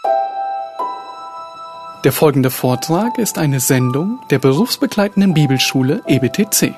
Der folgende Vortrag ist eine Sendung der berufsbegleitenden Bibelschule EBTC.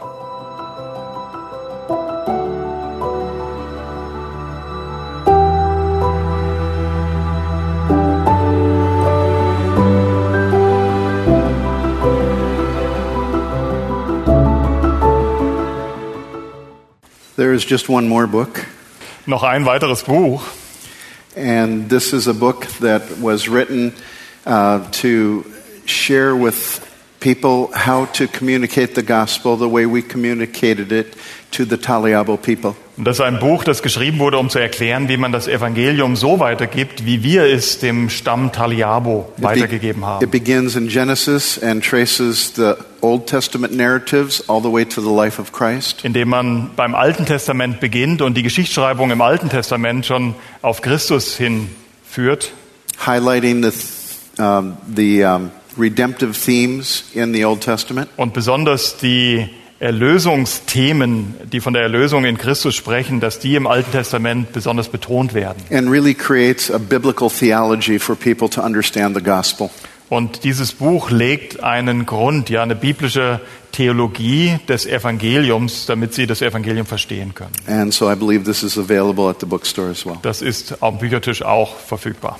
There is just one more book, Noch ein weiteres Buch. and this is a book that was written to share with people how to communicate the gospel the way we communicated it to the Taliabo people. Und das ist ein Buch, das geschrieben wurde, um zu erklären, wie man das Evangelium so weitergibt, wie wir es dem Stamm Taliabo weitergegeben It haben. begins in Genesis and traces the Old Testament narratives all the way to the life of Christ. Indem man beim Alten Testament beginnt und die Geschichtsschreibung im Alten Testament schon auf Christus hinführt, Highlighting the redemptive themes in the Old Testament. und besonders die Erlösungsthemen, die von der Erlösung in Christus sprechen, dass die im Alten Testament besonders betont werden. And really creates a biblical theology for people to understand the gospel. Und dieses Buch legt einen Grund, ja, eine biblische Theologie des Evangeliums, damit sie das Evangelium verstehen können. And so I believe this is available at the bookstore as well. Das ist am Büchertisch auch verfügbar.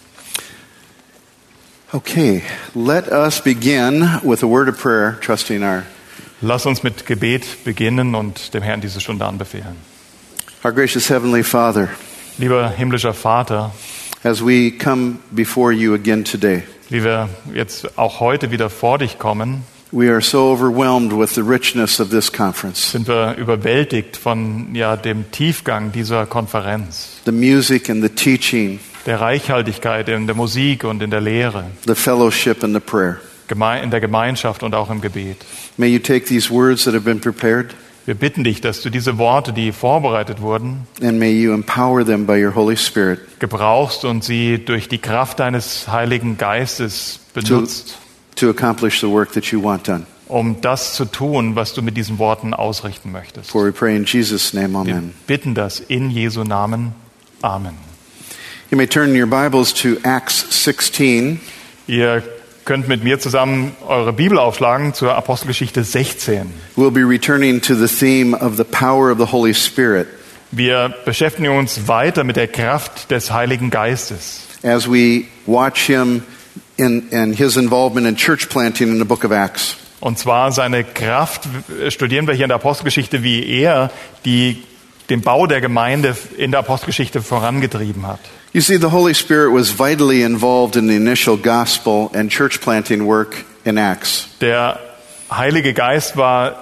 Okay, let us begin with a word of prayer, trusting our Lass uns mit Gebet beginnen und dem Herrn diese Stunde anbefehlen. gracious Heavenly Father, Lieber himmlischer Vater, as we come before you again today. wie wir jetzt auch heute wieder vor dich kommen, We are so overwhelmed with the richness of this conference. sind wir überwältigt von dem Tiefgang dieser Konferenz, The music and the teaching, der Reichhaltigkeit in der Musik und in der Lehre, the fellowship and the prayer. in der Gemeinschaft und auch im Gebet. May you take these words that have been prepared Wir bitten dich, dass du diese Worte, die vorbereitet wurden, and may you empower them by your Holy Spirit gebrauchst und sie durch die Kraft deines Heiligen Geistes benutzt, to accomplish the work that you want done. um das zu tun, was du mit diesen Worten ausrichten möchtest. For we pray in Jesus' name, Wir amen. bitten das in Jesu Namen. Amen. You may turn your Bibles to Acts 16. Ihr könnt mit mir zusammen eure Bibel aufschlagen zur Apostelgeschichte 16. We'll be returning to the theme of the power of the Holy Spirit Wir beschäftigen uns weiter mit der Kraft des Heiligen Geistes, as we watch him in his involvement in church planting in the book of Acts. und zwar seine Kraft studieren wir hier in der Apostelgeschichte, wie er den Bau der Gemeinde in der Apostelgeschichte vorangetrieben hat. You see, the Holy Spirit was vitally involved in the initial gospel and church planting work in Acts. Der Heilige Geist war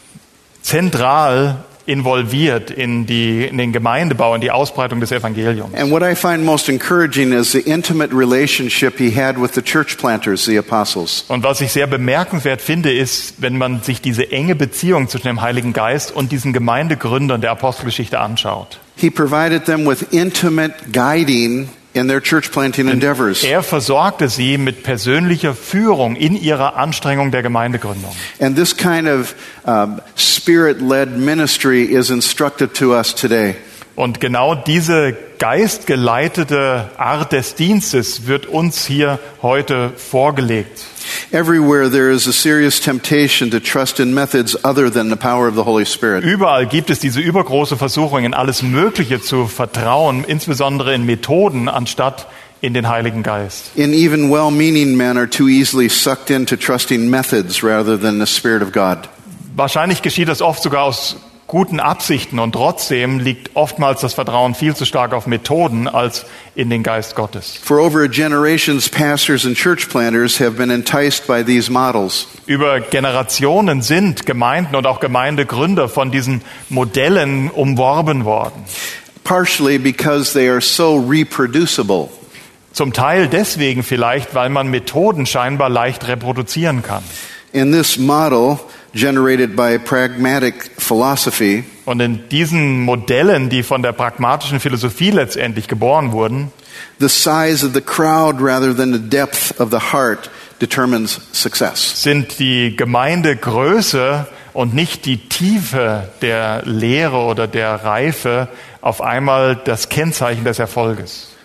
zentral involviert in den Gemeindebau, in die Ausbreitung des Evangeliums. And what I find most encouraging is the intimate relationship he had with the church planters, the apostles. Und was ich sehr bemerkenswert finde, ist, wenn man sich diese enge Beziehung zwischen dem Heiligen Geist und diesen Gemeindegründern der Apostelgeschichte anschaut. He provided them with intimate guiding in their church planting endeavors. Er versorgte sie mit persönlicher Führung in ihrer Anstrengung der Gemeindegründung. And this kind of spirit-led ministry is instructive to us today. Und genau diese geistgeleitete Art des Dienstes wird uns hier heute vorgelegt. Everywhere there is a serious temptation to trust in methods other than the power of the Holy Spirit. Überall gibt es diese übergroße Versuchung, in alles Mögliche zu vertrauen, insbesondere in Methoden, anstatt in den Heiligen Geist. And even well-meaning men are too easily sucked into trusting methods rather than the Spirit of God. Wahrscheinlich geschieht das oft sogar aus guten Absichten und trotzdem liegt oftmals das Vertrauen viel zu stark auf Methoden als in den Geist Gottes. For over generations, pastors and church planters have been enticed by these models. Über Generationen sind Gemeinden und auch Gemeindegründer von diesen Modellen umworben worden. Partially because they are so reproducible. Zum Teil deswegen vielleicht, weil man Methoden scheinbar leicht reproduzieren kann. In this model, generated by pragmatic philosophy, Und in diesen Modellen, die von der pragmatischen Philosophie letztendlich geboren wurden, the size of the crowd rather than the depth of the heart determines success. sind die Gemeindegröße und nicht die Tiefe der Lehre oder der Reife auf einmal das Kennzeichen des Erfolges.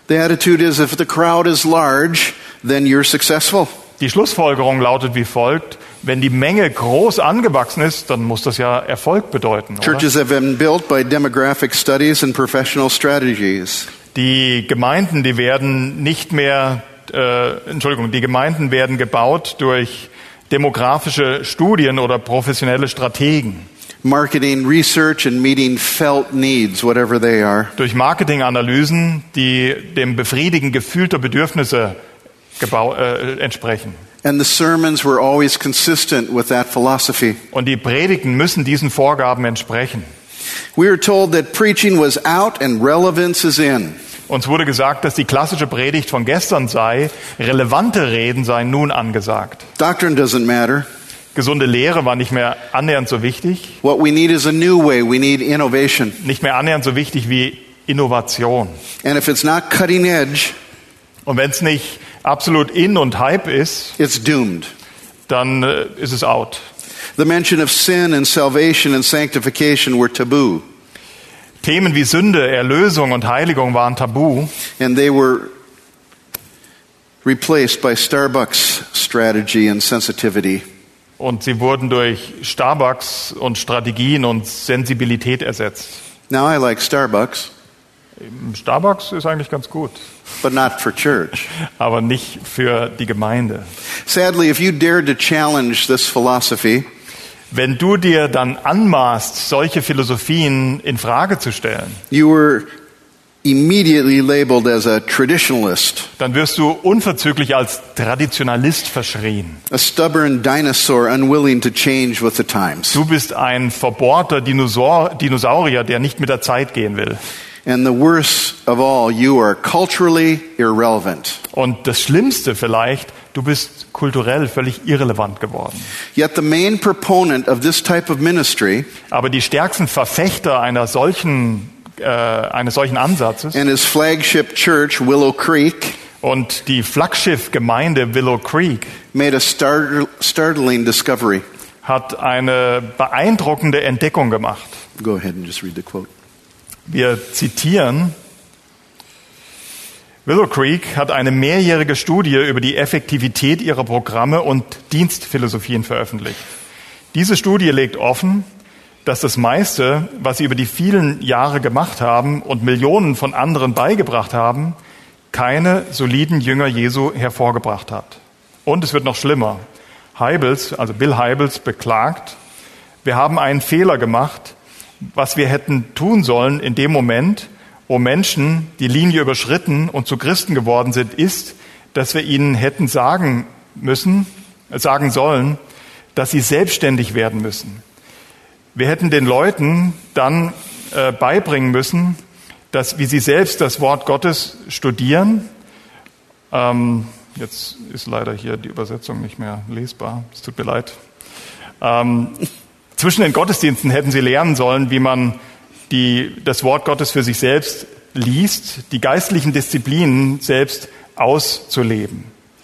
The attitude is, if the crowd is large, then you're successful. Die Schlussfolgerung lautet wie folgt: Wenn die Menge groß angewachsen ist, dann muss das ja Erfolg bedeuten. Oder? Churches have been built by demographic studies and professional strategies. Die Gemeinden, die werden nicht mehr, die Gemeinden werden gebaut durch demografische Studien oder professionelle Strategen. Marketing, research, and meeting felt needs, whatever they are. Durch Marketinganalysen, die dem Befriedigen gefühlter Bedürfnisse entsprechen. And the sermons were always consistent with that philosophy. Und die Predigten müssen diesen Vorgaben entsprechen. We were told that preaching was out and relevance is in. Uns wurde gesagt, dass die klassische Predigt von gestern sei, relevante Reden seien nun angesagt. Doctrine doesn't matter. Gesunde Lehre war nicht mehr annähernd so wichtig. What we need is a new way. We need innovation. Nicht mehr annähernd so wichtig wie Innovation. And if it's not cutting edge, und wenn es nicht absolut in und Hype ist, it's doomed. dann ist es out. The mention of sin and salvation and sanctification were taboo. Themen wie Sünde, Erlösung und Heiligung waren tabu. And they were replaced by Starbucks strategy and sensitivity. Und sie wurden durch Starbucks und Strategien und Sensibilität ersetzt. Now I like Starbucks, Starbucks ist eigentlich ganz gut, but not for church. aber nicht für die Gemeinde. Sadly, if you dared to challenge this philosophy, Wenn du dir dann anmaßt, solche Philosophien in Frage zu stellen, you were immediately labeled as a traditionalist, dann wirst du unverzüglich als Traditionalist verschrien. a stubborn dinosaur unwilling to change with the times. Du bist ein verbohrter Dinosaurier, der nicht mit der Zeit gehen will. And the worst of all, you are culturally irrelevant. Und das Schlimmste vielleicht, du bist kulturell völlig irrelevant geworden. Yet the main proponent of this type of ministry Aber die stärksten Verfechter eines solchen Ansatzes and his flagship church, Willow Creek, und die Flaggschiff-Gemeinde Willow Creek made a startling discovery. hat eine beeindruckende Entdeckung gemacht. Go ahead and just read the quote. Wir zitieren: Willow Creek hat eine mehrjährige Studie über die Effektivität ihrer Programme und Dienstphilosophien veröffentlicht. Diese Studie legt offen, dass das meiste, was sie über die vielen Jahre gemacht haben und Millionen von anderen beigebracht haben, keine soliden Jünger Jesu hervorgebracht hat. Und es wird noch schlimmer. Bill Hybels beklagt, wir haben einen Fehler gemacht, was wir hätten tun sollen in dem Moment, wo Menschen die Linie überschritten und zu Christen geworden sind, ist, dass wir ihnen hätten sagen sollen, dass sie selbstständig werden müssen. Wir hätten den Leuten dann beibringen müssen, wie sie selbst das Wort Gottes studieren. Jetzt ist leider hier die Übersetzung nicht mehr lesbar. Es tut mir leid. Zwischen den Gottesdiensten hätten sie lernen sollen, wie man das Wort Gottes für sich selbst liest, die geistlichen Disziplinen selbst auszuleben.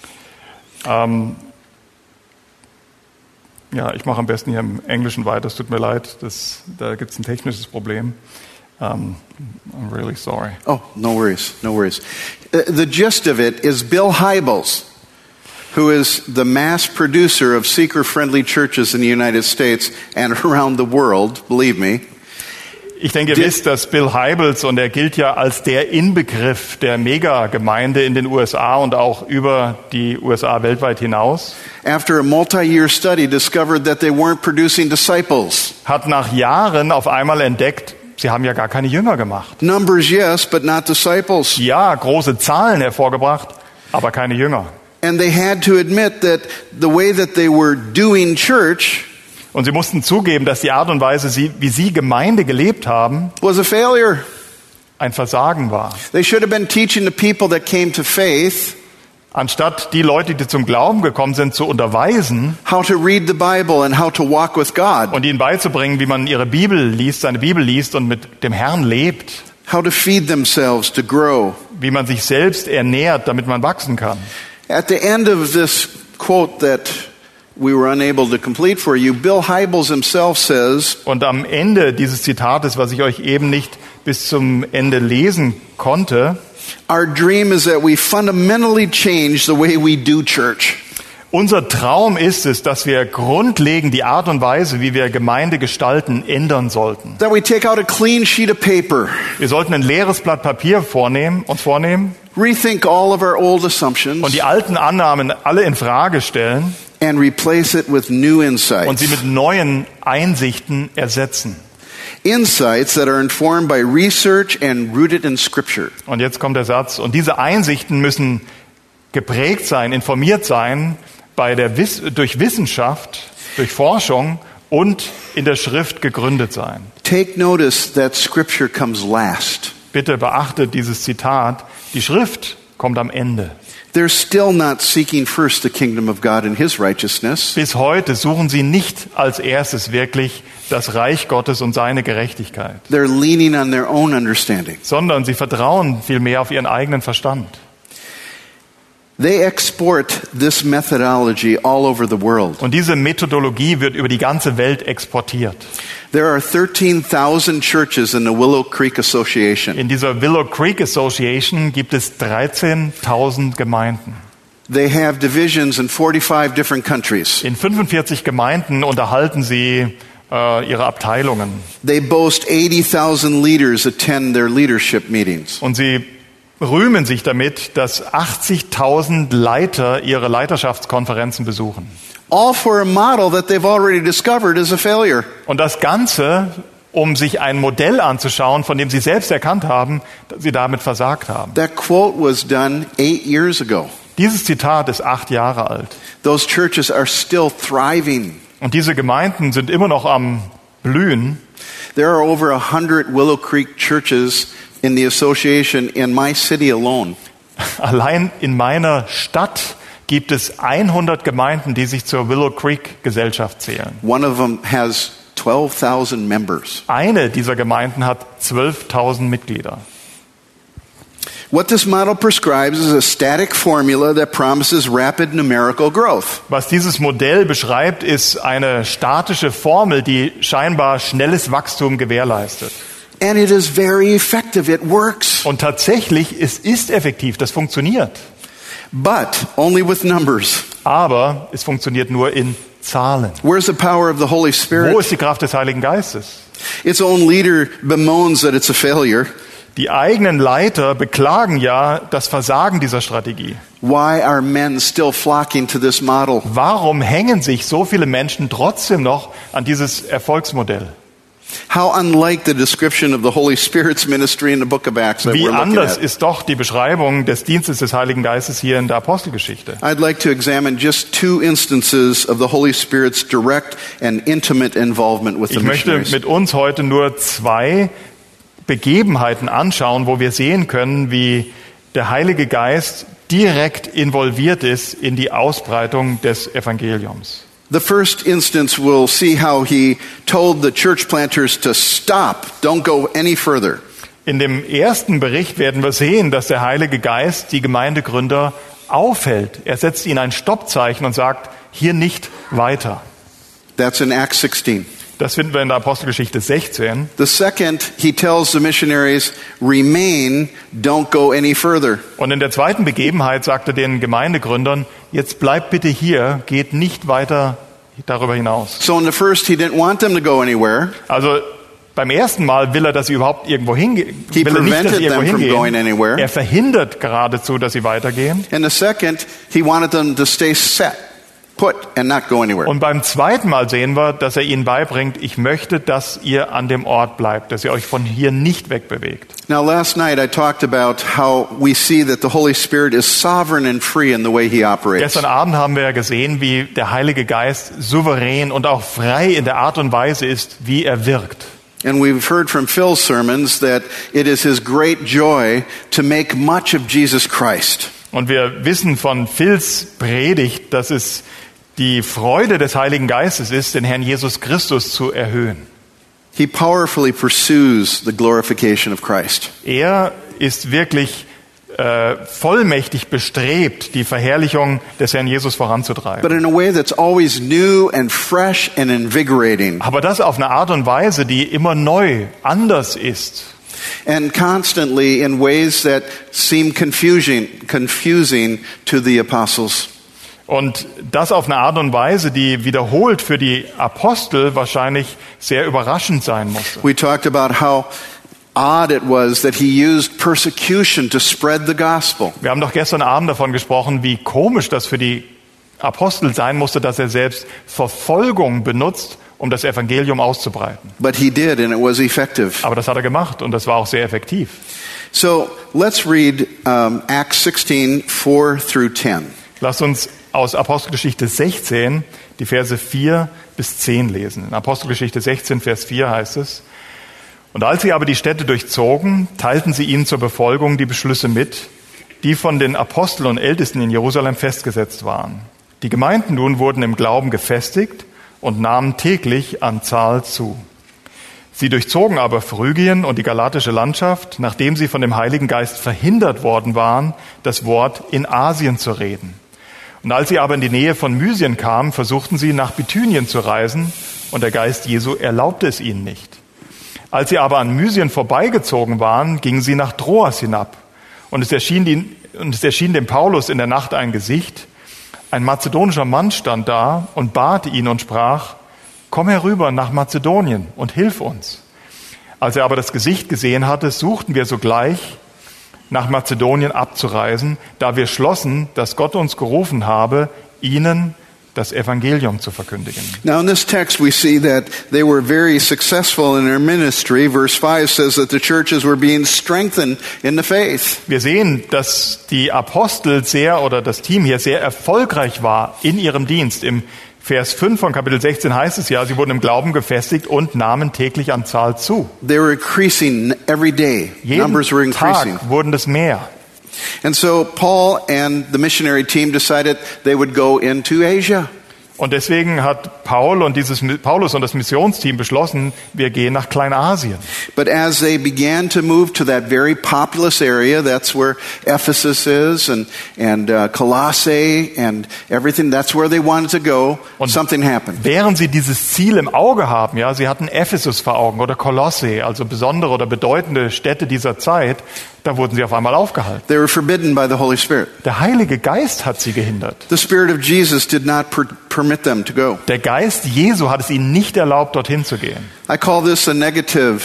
Ich mache am besten hier im Englischen weiter. Es tut mir leid, da gibt es ein technisches Problem. I'm really sorry. Oh, no worries, no worries. The gist of it is Bill Hybels, who is the mass producer of seeker-friendly churches in the United States and around the world, believe me. Ich denke, ihr wisst, dass Bill Hybels, und er gilt ja als der Inbegriff der Megagemeinde in den USA und auch über die USA weltweit hinaus, after a multi-year study discovered that they weren't producing disciples. hat nach Jahren auf einmal entdeckt, sie haben ja gar keine Jünger gemacht. Numbers, yes, but not disciples. Ja, große Zahlen hervorgebracht, aber keine Jünger. And they had to admit that the way that they were doing church Und sie mussten zugeben, dass die Art und Weise, wie sie Gemeinde gelebt haben, was a failure. ein Versagen war. They should have been teaching the people that came to faith Anstatt die Leute, die zum Glauben gekommen sind, zu unterweisen how to read the Bible and how to walk with God, und ihnen beizubringen, wie man seine Bibel liest und mit dem Herrn lebt, how to feed themselves to grow. wie man sich selbst ernährt, damit man wachsen kann. At the end of this quote that we were unable to complete for you, Bill Hybels himself says, Und am Ende dieses Zitates, was ich euch eben nicht bis zum Ende lesen konnte, Our dream is that we fundamentally change the way we do church. Unser Traum ist es, dass wir grundlegend die Art und Weise, wie wir Gemeinde gestalten, ändern sollten. That we take out a clean sheet of paper, Wir sollten ein leeres Blatt Papier uns vornehmen rethink all of our old assumptions, und die alten Annahmen alle in Frage stellen and replace it with new und insights. sie mit neuen Einsichten ersetzen. Insights that are informed by research and rooted in Scripture. Und jetzt kommt der Satz. Und diese Einsichten müssen geprägt sein, informiert sein durch Wissenschaft, durch Forschung und in der Schrift gegründet sein. Take notice that Scripture comes last. Bitte beachtet dieses Zitat. Die Schrift kommt am Ende. They're still not seeking first the kingdom of God and His righteousness. Bis heute suchen sie nicht als erstes wirklich das Reich Gottes und seine Gerechtigkeit, They're leaning on their own understanding. sondern sie vertrauen vielmehr auf ihren eigenen Verstand. They export this methodology all over the world. Und diese Methodologie wird über die ganze Welt exportiert. There are 13,000 churches in the Willow Creek Association. In dieser Willow Creek Association gibt es 13.000 Gemeinden. They have divisions in 45 different countries. In 45 Gemeinden unterhalten sie ihre Abteilungen. They boast 80,000 leaders attend their leadership meetings. Und sie rühmen sich damit, dass 80.000 Leiter ihre Leiterschaftskonferenzen besuchen. All for a model that they've already discovered is a failure. Und das Ganze, um sich ein Modell anzuschauen, von dem sie selbst erkannt haben, dass sie damit versagt haben. That quote was done 8 years ago. Dieses Zitat ist 8 Jahre alt. Those churches are still thriving. Und diese Gemeinden sind immer noch am Blühen. There are over 100 Willow Creek churches in the association in my city alone. Allein in meiner Stadt gibt es 100 Gemeinden, die sich zur Willow Creek Gesellschaft zählen. One of them has 12,000 members. Eine dieser Gemeinden hat 12.000 Mitglieder. What this model prescribes is a static formula that promises rapid numerical growth. Was dieses Modell beschreibt, ist eine statische Formel, die scheinbar schnelles Wachstum gewährleistet. And it is very effective. It works. Und tatsächlich, es ist effektiv, das funktioniert. But only with numbers. Aber es funktioniert nur in Zahlen. Where's the power of the Holy Wo Spirit? ist die Kraft des Heiligen Geistes? Its own leader bemoans that it's a failure. Die eigenen Leiter beklagen ja das Versagen dieser Strategie. Why are men still flocking to this model? Warum hängen sich so viele Menschen trotzdem noch an dieses Erfolgsmodell? How unlike the description of the Holy Spirit's ministry in the book of Acts that Wie we're looking anders at. ist doch die Beschreibung des Dienstes des Heiligen Geistes hier in der Apostelgeschichte. I'd like to examine just 2 instances of the Holy Spirit's direct and intimate involvement with the Ich möchte missionaries. mit uns heute nur 2 Begebenheiten anschauen, wo wir sehen können, wie der Heilige Geist direkt involviert ist in die Ausbreitung des Evangeliums. The first instance, we'll see how he told the church planters to stop, don't go any further. In dem ersten Bericht werden wir sehen, dass der Heilige Geist die Gemeindegründer aufhält. Er setzt ihnen ein Stoppzeichen und sagt, hier nicht weiter. That's in Acts 16. Das finden wir in der Apostelgeschichte 16. The second, he tells the missionaries, remain, don't go any further. Und in der zweiten Begebenheit sagt er den Gemeindegründern, jetzt bleibt bitte hier, geht nicht weiter darüber hinaus. So in the first, he didn't want them to go anywhere. Also beim ersten Mal will er, dass sie überhaupt irgendwo hingehen. He Will er nicht, dass sie prevented irgendwo them from going hingehen. anywhere. Er verhindert geradezu, dass sie weitergehen. And the second, he wanted them to stay set, put, and not go anywhere. Und beim zweiten Mal sehen wir, dass er ihnen beibringt, ich möchte, dass ihr an dem Ort bleibt, dass ihr euch von hier nicht wegbewegt. Now, last night I talked about how we see that the Holy Spirit is sovereign and free in the way he operates. Gestern Abend haben wir ja gesehen, wie der Heilige Geist souverän und auch frei in der Art und Weise ist, wie er wirkt. And we've heard from Phil's sermons that it is his great joy to make much of Jesus Christ. Und wir wissen von Phils Predigt, dass es die Freude des Heiligen Geistes ist, den Herrn Jesus Christus zu erhöhen. He powerfully pursues the glorification of Christ. Er ist wirklich vollmächtig bestrebt, die Verherrlichung des Herrn Jesus voranzutreiben. But in a way that's always new and fresh and invigorating. Aber das auf eine Art und Weise, die immer neu, anders ist. and constantly in ways that seem confusing to the apostles. Und das auf eine Art und Weise, die wiederholt für die Apostel wahrscheinlich sehr überraschend sein musste. We talked about how odd it was that he used persecution to spread the gospel. Wir haben doch gestern Abend davon gesprochen, wie komisch das für die Apostel sein musste, dass er selbst Verfolgung benutzt, um das Evangelium auszubreiten. But he did, and it was effective. Aber das hat er gemacht und das war auch sehr effektiv. So let's read Acts 16, 4 through 10. Lasst uns aus Apostelgeschichte 16 die Verse 4 bis 10 lesen. In Apostelgeschichte 16, Vers 4 heißt es: Und als sie aber die Städte durchzogen, teilten sie ihnen zur Befolgung die Beschlüsse mit, die von den Aposteln und Ältesten in Jerusalem festgesetzt waren. Die Gemeinden nun wurden im Glauben gefestigt und nahmen täglich an Zahl zu. Sie durchzogen aber Phrygien und die galatische Landschaft, nachdem sie von dem Heiligen Geist verhindert worden waren, das Wort in Asien zu reden. Und als sie aber in die Nähe von Mysien kamen, versuchten sie nach Bithynien zu reisen, und der Geist Jesu erlaubte es ihnen nicht. Als sie aber an Mysien vorbeigezogen waren, gingen sie nach Troas hinab. Und es erschien dem Paulus in der Nacht ein Gesicht. Ein mazedonischer Mann stand da und bat ihn und sprach: Komm herüber nach Mazedonien und hilf uns. Als er aber das Gesicht gesehen hatte, suchten wir sogleich, nach Mazedonien abzureisen, da wir schlossen, dass Gott uns gerufen habe, ihnen das Evangelium zu verkündigen. Now in this text we see that they were very successful in their ministry. Verse 5 says that the churches were being strengthened in the faith. Wir sehen, dass die Apostel das Team hier sehr erfolgreich war in ihrem Dienst. Im Vers 5 von Kapitel 16 heißt es ja, sie wurden im Glauben gefestigt und nahmen täglich an Zahl zu. They were increasing every day. Numbers were Jeden increasing. Tag wurden es mehr. And so Paul and the missionary team decided they would go into Asia. Und deswegen hat Paulus und das Missionsteam beschlossen, wir gehen nach Kleinasien. But as they began to move to that very populous area, that's where Ephesus is and Colossae and everything, that's where they wanted to go, something happened. Während sie dieses Ziel im Auge haben, ja, sie hatten Ephesus vor Augen oder Kolosse, also besondere oder bedeutende Städte dieser Zeit, da wurden sie auf einmal aufgehalten. They were forbidden by the Holy Spirit. Der Heilige Geist hat sie gehindert. The Spirit of Jesus did not permit them to go. Der Geist Jesu hat es ihnen nicht erlaubt, dorthin zu gehen. I call this the negative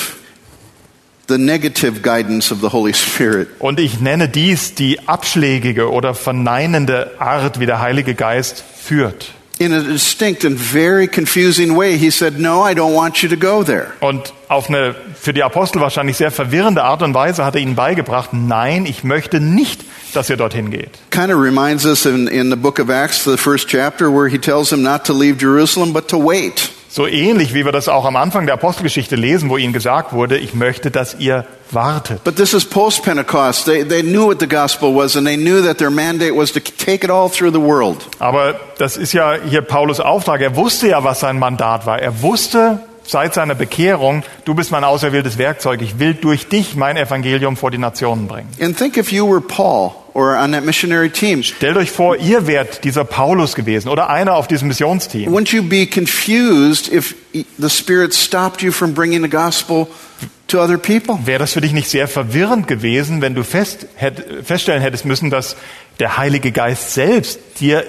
guidance of the Holy Spirit. Und ich nenne dies die abschlägige oder verneinende Art, wie der Heilige Geist führt. In a distinct and very confusing way, he said, "No, I don't want you to go there." Und auf eine für die Apostel wahrscheinlich sehr verwirrende Art und Weise hat er ihnen beigebracht: Nein, ich möchte nicht, dass ihr dorthin geht. Kind of reminds us in the book of Acts, the first chapter, where he tells them not to leave Jerusalem, but to wait. So ähnlich, wie wir das auch am Anfang der Apostelgeschichte lesen, wo ihnen gesagt wurde, ich möchte, dass ihr wartet. But this is post-Pentecost. They knew what the gospel was, and they knew that their mandate was to take it all through the world. Aber das ist ja hier Paulus Auftrag. Er wusste ja, was sein Mandat war. Er wusste seit seiner Bekehrung, du bist mein auserwähltes Werkzeug. Ich will durch dich mein Evangelium vor die Nationen bringen. And think if you were Paul or on that missionary team. Stellt euch vor, ihr wärt dieser Paulus gewesen oder einer auf diesem Missionsteam. Wouldn't you be confused if the Spirit stopped you from bringing the gospel to other people? Wäre das für dich nicht sehr verwirrend gewesen, wenn du feststellen hättest müssen, dass der Heilige Geist selbst dir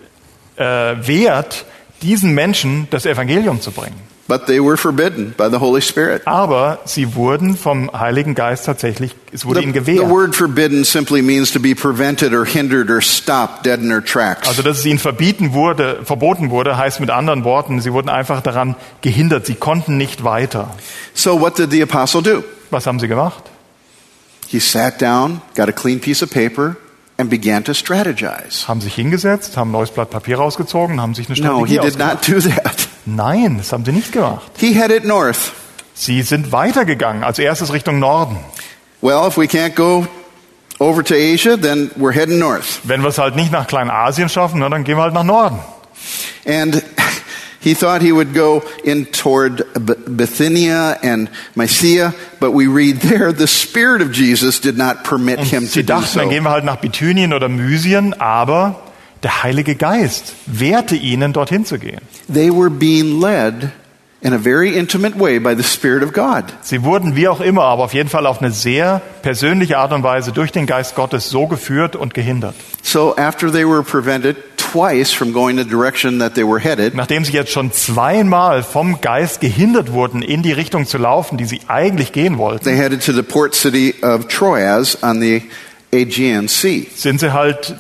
wehrt, diesen Menschen das Evangelium zu bringen? But they were forbidden by the Holy Spirit. Aber sie wurden vom Heiligen Geist tatsächlich, es wurde ihnen The gewehrt. word forbidden simply means to be prevented or hindered or stopped dead in their tracks. Also, dass es ihnen verboten wurde, heißt mit anderen Worten, sie wurden einfach daran gehindert. Sie konnten nicht weiter. So what did the apostle do? Was haben sie gemacht? He sat down, got a clean piece of paper, and began to strategize. Haben sich hingesetzt, haben ein neues Blatt Papier rausgezogen, haben sich eine No, he Strategie did not ausgedacht. do that. Nein, das haben sie nicht gemacht. He headed north. Sie sind weitergegangen, als erstes Richtung Norden. Well, if we can't go over to Asia, then we're heading north. Wenn wir es halt nicht nach Kleinasien schaffen, dann gehen wir halt nach Norden. And he thought he would go in toward Bithynia and Mysia, but we read there the Spirit of Jesus did not permit him Und to sie do dachten, dann so. gehen wir halt nach Bithynien oder Mysien, aber der Heilige Geist wehrte ihnen, dorthin zu gehen. They were being led in a very intimate way by the Spirit of God. Sie wurden wie auch immer, aber auf jeden Fall auf eine sehr persönliche Art und Weise durch den Geist Gottes so geführt und gehindert. So after they were prevented twice from going the direction that they were headed, Nachdem sie jetzt schon zweimal vom Geist gehindert wurden, in die Richtung zu laufen, die sie eigentlich gehen wollten, they headed to the port city of Troas on the Aegean Sea. sind sie halt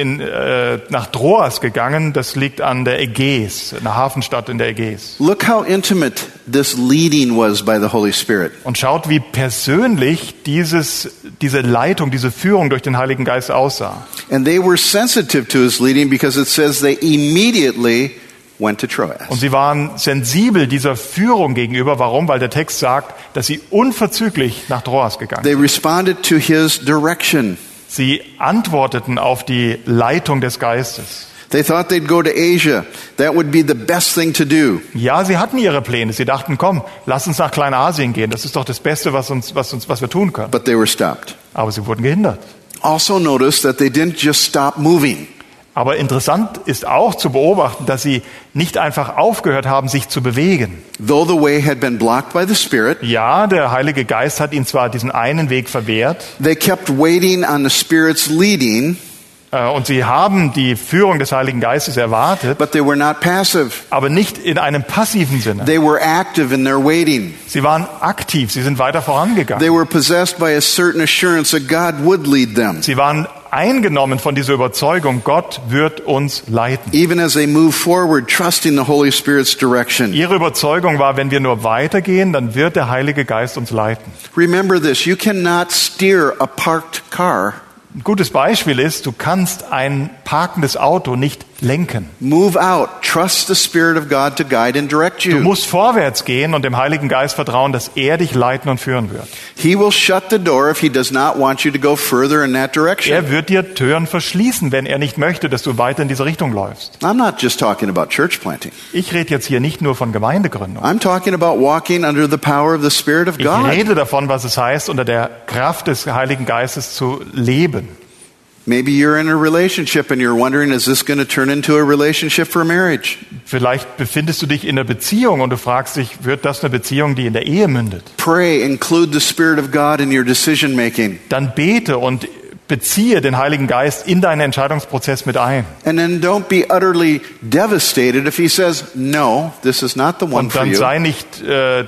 nach Troas gegangen. Das liegt an der Ägäis, einer Hafenstadt in der Ägäis. Look how intimate this leading was by the Holy Spirit. Und schaut, wie persönlich diese Leitung, diese Führung durch den Heiligen Geist aussah. And they were sensitive to his leading because it says they immediately went to Troas. Und sie waren sensibel dieser Führung gegenüber. Warum? Weil der Text sagt, dass sie unverzüglich nach Troas gegangen They sind. responded to his direction. Sie antworteten auf die Leitung des Geistes. They thought they'd go to Asia. That would be the best thing to do. Ja, sie hatten ihre Pläne. Sie dachten, komm, lass uns nach Kleinasien gehen. Das ist doch das Beste, was wir tun können. But they were stopped. Aber sie wurden gehindert. Also notice that they didn't just stop moving. Aber interessant ist auch zu beobachten, dass sie nicht einfach aufgehört haben, sich zu bewegen. Though the way had been blocked by the Spirit, Ja, der Heilige Geist hat ihnen zwar diesen einen Weg verwehrt, they kept waiting on the Spirit's leading, und sie haben die Führung des Heiligen Geistes erwartet, but they were not passive. aber nicht in einem passiven Sinne. They were active in their waiting. Sie waren aktiv, sie sind weiter They vorangegangen. were possessed by a certain assurance that God would lead them, Sie waren eingenommen von dieser Überzeugung, Gott wird uns leiten. even as they moved forward, trusting the Holy Spirit's direction. Ihre Überzeugung war, wenn wir nur weitergehen, dann wird der Heilige Geist uns leiten. Remember this, you cannot steer a parked car. Ein gutes Beispiel ist, du kannst ein parkendes Auto nicht lenken. Move out. Trust the Spirit of God to guide and direct Du you. musst vorwärts gehen und dem Heiligen Geist vertrauen, dass er dich leiten und führen wird. He will shut the door if he does not want you to go further in that direction. Er wird dir Türen verschließen, wenn er nicht möchte, dass du weiter in diese Richtung läufst. I'm not just talking about church planting. Ich rede jetzt hier nicht nur von Gemeindegründung. I'm talking about walking under the power of the Spirit of Ich God. rede davon, was es heißt, unter der Kraft des Heiligen Geistes zu leben. Maybe you're in a relationship and you're wondering, is this going to turn into a relationship for marriage? Vielleicht befindest du dich in einer Beziehung und du fragst dich, wird das eine Beziehung, die in der Ehe mündet? Pray, include the Spirit of God in your decision making. Dann bete und beziehe den Heiligen Geist in deinen Entscheidungsprozess mit ein. And then don't be utterly devastated if he says, no, this is not the one Und for dann you. sei nicht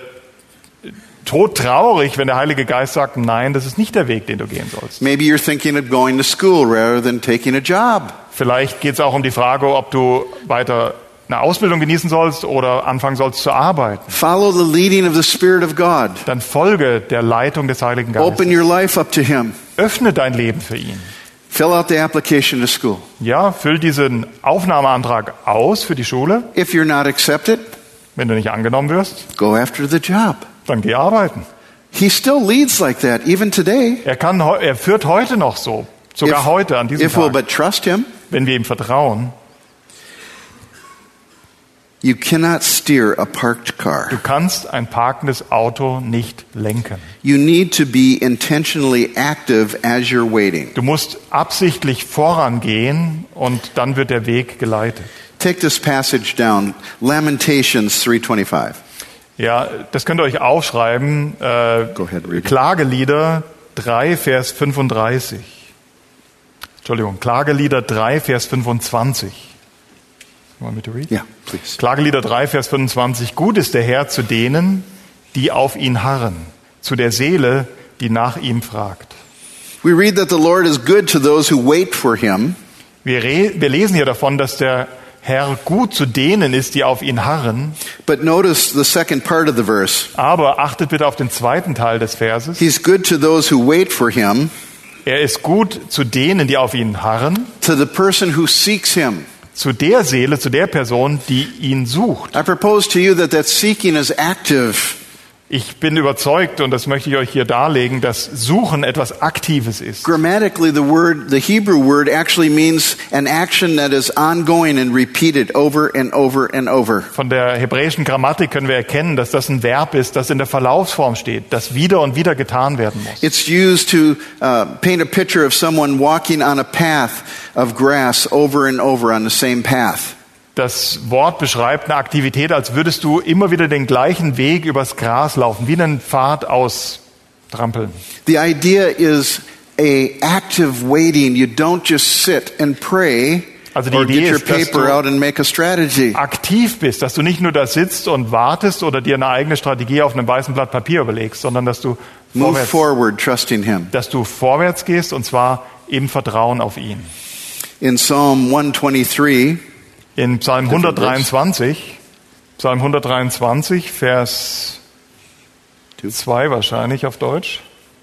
todtraurig, wenn der Heilige Geist sagt, nein, das ist nicht der Weg, den du gehen sollst. Maybe you're thinking of going to school rather than taking a job. Vielleicht geht es auch um die Frage, ob du weiter eine Ausbildung genießen sollst oder anfangen sollst zu arbeiten. Follow the leading of the Spirit of God. Dann folge der Leitung des Heiligen Open Geistes. your life up to him. Öffne dein Leben für ihn. Fill out the application to school. Ja, füll diesen Aufnahmeantrag aus für die Schule. If you're not accepted, Wenn du nicht angenommen wirst, go after the job. dann geh arbeiten. He still leads like that, even today. Er führt heute noch so, sogar heute an diesem if we'll Tag, but trust him. wenn wir ihm vertrauen. You cannot steer a parked car. Du kannst ein parkendes Auto nicht lenken. You need to be intentionally active as you're waiting. Du musst absichtlich vorangehen und dann wird der Weg geleitet. Take this passage down, Lamentations 3:25. Ja, das könnt ihr euch aufschreiben. Go ahead, read it. Klagelieder 3, Vers 35. Entschuldigung, Klagelieder 3, Vers 25. You want me to read? Yeah, please. Klagelieder 3, Vers 25. Gut ist der Herr zu denen, die auf ihn harren, zu der Seele, die nach ihm fragt. We read that the Lord is good to those who wait for him. Wir lesen hier davon, dass der Herr gut zu denen ist, die auf ihn harren. But notice the second part of the verse. Aber achtet bitte auf den zweiten Teil des Verses. He's good to those who wait for him, Er ist gut zu denen, die auf ihn harren, to the person who seeks him. zu der Seele, zu der Person, die ihn sucht. I propose to you that seeking is active. Ich bin überzeugt, und das möchte ich euch hier darlegen, dass Suchen etwas Aktives ist. Grammatically, the Hebrew word actually means an action that is ongoing and repeated over and over and over. Von der hebräischen Grammatik können wir erkennen, dass das ein Verb ist, das in der Verlaufsform steht, das wieder und wieder getan werden muss. It's used to paint a picture of someone walking on a path of grass over and over on the same path. Das Wort beschreibt eine Aktivität, als würdest du immer wieder den gleichen Weg übers Gras laufen, wie einen Pfad austrampeln. The idea is a active waiting. You don't just sit and pray Also die or Idee get your ist, dass paper du out and make a strategy. aktiv bist, dass du nicht nur da sitzt und wartest oder dir eine eigene Strategie auf einem weißen Blatt Papier überlegst, sondern dass du Move forward, trusting Him. vorwärts gehst und zwar im Vertrauen auf ihn. In Psalm 123, In Psalm 123, Vers 2 wahrscheinlich auf Deutsch.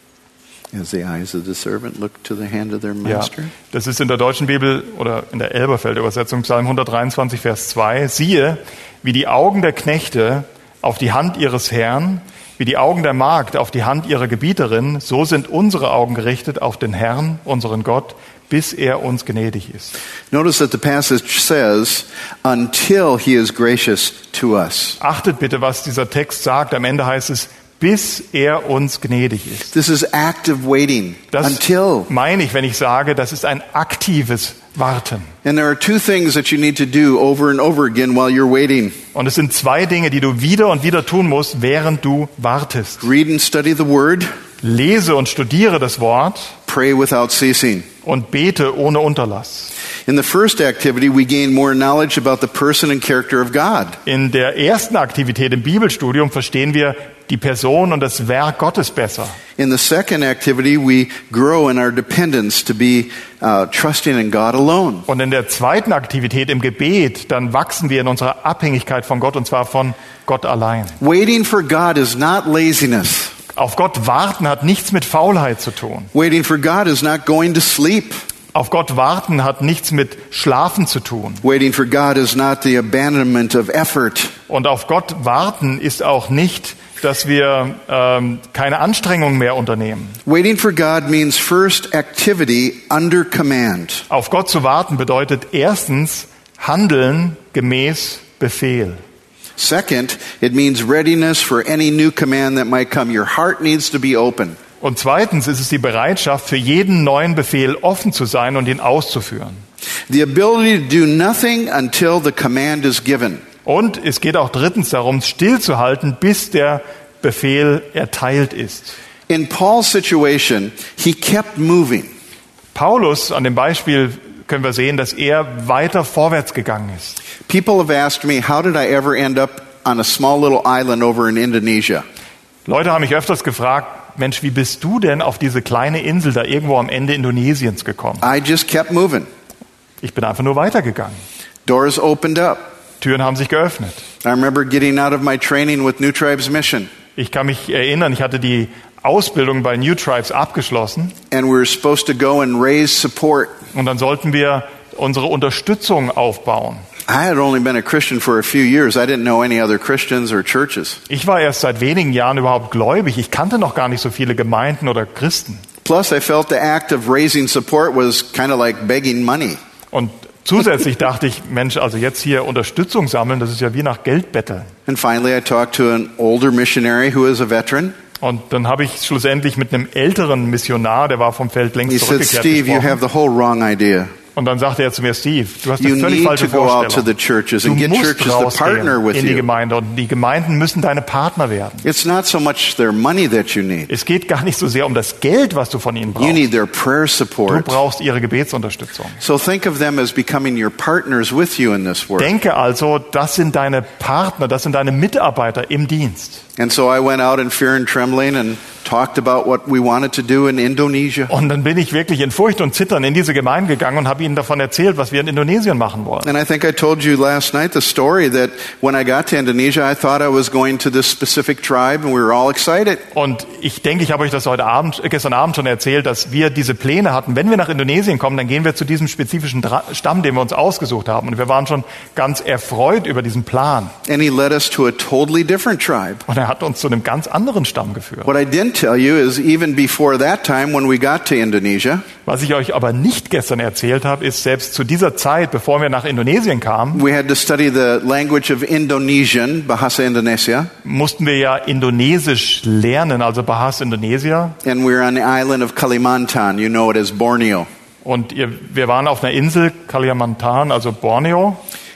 as the eyes of the servant look to the hand of their Ja, master. das ist in der deutschen Bibel oder in der Elberfeld-Übersetzung Psalm 123, Vers 2. Siehe, wie die Augen der Knechte auf die Hand ihres Herrn, wie die Augen der Magd auf die Hand ihrer Gebieterin, so sind unsere Augen gerichtet auf den Herrn, unseren Gott, bis er uns gnädig ist. Notice that the passage says, until He is gracious to us. Achtet bitte, was dieser Text sagt. Am Ende heißt es, bis er uns gnädig ist. This is active waiting. Das Until. meine ich, wenn ich sage, das ist ein aktives Warten. And there are two things that you need to do over and over again while you're waiting. Und es sind zwei Dinge, die du wieder und wieder tun musst, während du wartest. Read and study the Word. Lese und studiere das Wort Pray without ceasing. und bete ohne Unterlass. In the first activity, we gain more knowledge about the person and character of God. In der ersten Aktivität im Bibelstudium verstehen wir die Person und das Werk Gottes besser. In the second activity, we grow in our dependence to be trusting in God alone. Und in der zweiten Aktivität im Gebet, dann wachsen wir in unserer Abhängigkeit von Gott und zwar von Gott allein. Waiting for God is not laziness. Auf Gott warten hat nichts mit Faulheit zu tun. Waiting for God is not going to sleep. Auf Gott warten hat nichts mit Schlafen zu tun. Waiting for God is not the abandonment of effort. Und auf Gott warten ist auch nicht, dass wir keine Anstrengung mehr unternehmen. Waiting for God means first activity under command. Auf Gott zu warten bedeutet erstens Handeln gemäß Befehl. Second, it means readiness for any new command that might come. Your heart needs to be open. Und zweitens ist es die Bereitschaft, für jeden neuen Befehl offen zu sein und ihn auszuführen. The ability to do nothing until the command is given. Und es geht auch drittens darum, stillzuhalten, bis der Befehl erteilt ist. In Paul's situation, he kept moving. Paulus, an dem Beispiel können wir sehen, dass er weiter vorwärts gegangen ist. People have asked me, how did I ever end up on a small little island over in Indonesia? Leute haben mich öfters gefragt, Mensch, wie bist du denn auf diese kleine Insel da irgendwo am Ende Indonesiens gekommen? I just kept moving. Ich bin einfach nur weitergegangen. Doors opened up. Türen haben sich geöffnet. I remember getting out of my training with New Tribes Mission. Ich kann mich erinnern, ich hatte die Ausbildung bei New Tribes abgeschlossen And we were supposed to go and raise support. und dann sollten wir unsere Unterstützung aufbauen. I had only been a Christian for a few years. I didn't know any other Christians or churches. Ich war erst seit wenigen Jahren überhaupt gläubig. Ich kannte noch gar nicht so viele Gemeinden oder Christen. Plus, I felt the act of raising support was kind of like begging money. Und zusätzlich dachte ich, Mensch, also jetzt hier Unterstützung sammeln, das ist ja wie nach Geld betteln. And finally, I talked to an older missionary who is a veteran. Und dann habe ich schlussendlich mit einem älteren Missionar, der war vom Feld He längst said, zurückgekehrt, Steve, you gesprochen. have the whole wrong idea. Und dann sagte er zu mir, Steve, du hast You eine völlig need falsche to go out to Vorstellung. the churches Du and get musst churches to partner rausgehen with in die you. Gemeinde und die Gemeinden müssen deine Partner werden. It's not so much their money that you need. Es geht gar nicht so sehr um das Geld, was du von ihnen You brauchst. need their prayer Du support. brauchst ihre Gebetsunterstützung. So think of them as becoming your partners with you in this work. Denke also, das sind deine Partner, das sind deine Mitarbeiter im Dienst. And so I went out in fear and trembling and talked about what we wanted to do in Indonesia. Und dann bin ich wirklich in Furcht und Zittern in diese Gemeinde gegangen und habe ihnen davon erzählt, was wir in Indonesien machen wollen. And I think I told you last night the story that when I got to Indonesia, I thought I was going to this specific tribe and we were all excited. Und ich denke, ich habe euch das gestern Abend schon erzählt, dass wir diese Pläne hatten. Wenn wir nach Indonesien kommen, dann gehen wir zu diesem spezifischen Stamm, den wir uns ausgesucht haben. Und wir waren schon ganz erfreut über diesen Plan. And he led us to a totally different tribe. Und er hat uns zu einem ganz anderen Stamm geführt. What I didn't tell you is even before that time when we got to Indonesia, Was ich euch aber nicht gestern erzählt habe, ist, selbst zu dieser Zeit, bevor wir nach Indonesien kamen, we had to study the language of Indonesian, Bahasa Indonesia, mussten wir ja Indonesisch lernen, also Bahasa Indonesia. and we were on the island of Kalimantan. You know it as Borneo. Und wir waren auf einer Insel, Kalimantan, also Borneo.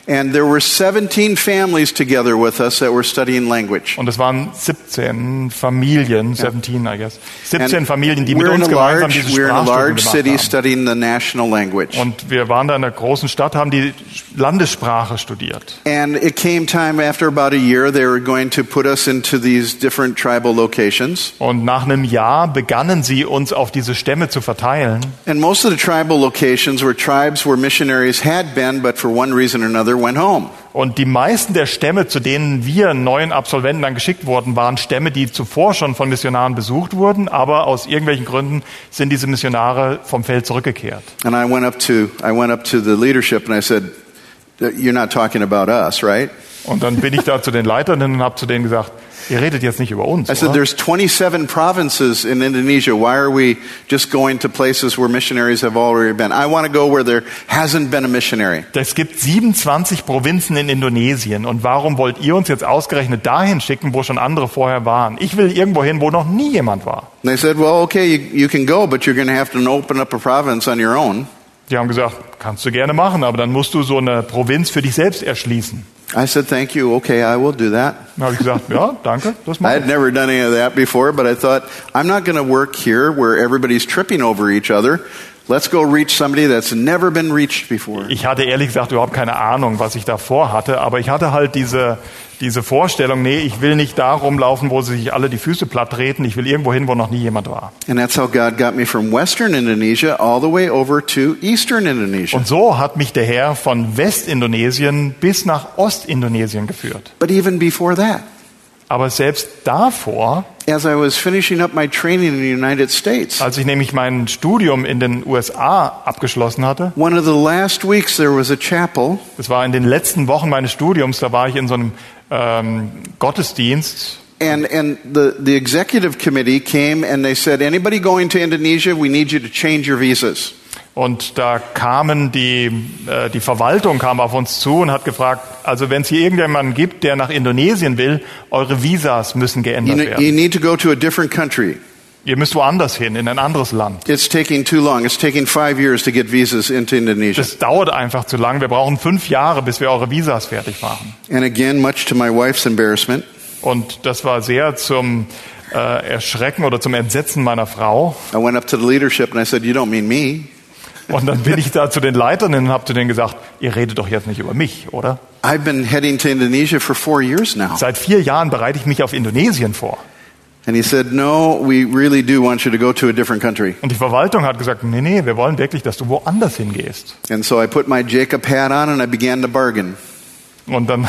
And there were 17 families together with us that were studying language. Und es waren 17 Familien, 17, I guess. 17 And Familien, die mit we're in uns a gemeinsam diese large Sprachstunden city gemacht haben. studying the national language. Und wir waren da in einer großen Stadt, haben die Landessprache studiert. And it came time after about a year, they were going to put us into these different tribal locations. Und nach einem Jahr begannen sie, uns auf diese Stämme zu verteilen. And most of the tribal locations were tribes where missionaries had been, but for one reason or another went home. Und die meisten der Stämme, zu denen wir neuen Absolventen dann geschickt wurden, waren Stämme, die zuvor schon von Missionaren besucht wurden, aber aus irgendwelchen Gründen sind diese Missionare vom Feld zurückgekehrt. And I went up to the leadership and I said, "You're not talking about us, right?" Und dann bin ich da zu den Leitern und habe zu denen gesagt, ihr redet jetzt nicht über uns, I said, oder? "There's 27 provinces in Indonesia. Why are we just going to places where missionaries have already been? I want to go where there hasn't been a missionary." Es gibt 27 Provinzen in Indonesien und warum wollt ihr uns jetzt ausgerechnet dahin schicken, wo schon andere vorher waren? Ich will irgendwo hin, wo noch nie jemand war. And they said, "Well, okay, you can go, but you're going to have to open up a province on your own." Die haben gesagt, kannst du gerne machen, aber dann musst du so eine Provinz für dich selbst erschließen. I said, "Thank you. Okay, I will do that." Dann habe ich gesagt, ja, danke, das I mache had ich. never done any of that before, but I thought, I'm not going to work here where everybody's tripping over each other. Let's go reach somebody that's never been reached before. Ich hatte ehrlich gesagt überhaupt keine Ahnung, was ich da vorhatte, aber ich hatte halt diese Vorstellung, nee, ich will nicht da rumlaufen, wo sich alle die Füße platt treten, ich will irgendwo hin, wo noch nie jemand war. And that's how God got me from Western Indonesia all the way over to Eastern Indonesia. Und so hat mich der Herr von Westindonesien bis nach Ostindonesien geführt. But even before that, Aber selbst davor, as I was finishing up my training in the United States, als ich nämlich mein Studium in den USA abgeschlossen hatte, one of the last weeks there was a chapel, das war in den letzten Wochen meines Studiums, da war ich in so einem Gottesdienst. and the executive committee came and they said, "Anybody going to Indonesia, we need you to change your visas." Und da kamen die Verwaltung kam auf uns zu und hat gefragt, also wenn es hier irgendjemanden gibt, der nach Indonesien will, eure Visas müssen geändert You werden. need to go to a different country. Ihr müsst woanders hin, in ein anderes Land. It's taking too long. It's taking 5 years to get visas into Indonesia. Das dauert einfach zu lang. Wir brauchen 5 Jahre, bis wir eure Visas fertig machen. And again, much to my wife's embarrassment, Und das war sehr zum Erschrecken oder zum Entsetzen meiner Frau. I went up to the leadership and I said, "You don't mean me." Und dann bin ich da zu den Leitern und habe zu denen gesagt, ihr redet doch jetzt nicht über mich, oder? I've been heading to Indonesia for 4 years now. Seit 4 Jahren bereite ich mich auf Indonesien vor. And he said, "No, we really do want you to go to a different country." Und die Verwaltung hat gesagt, nee, wir wollen wirklich, dass du woanders hingehst. And so I put my Jacob hat on and I began to bargain. Und dann,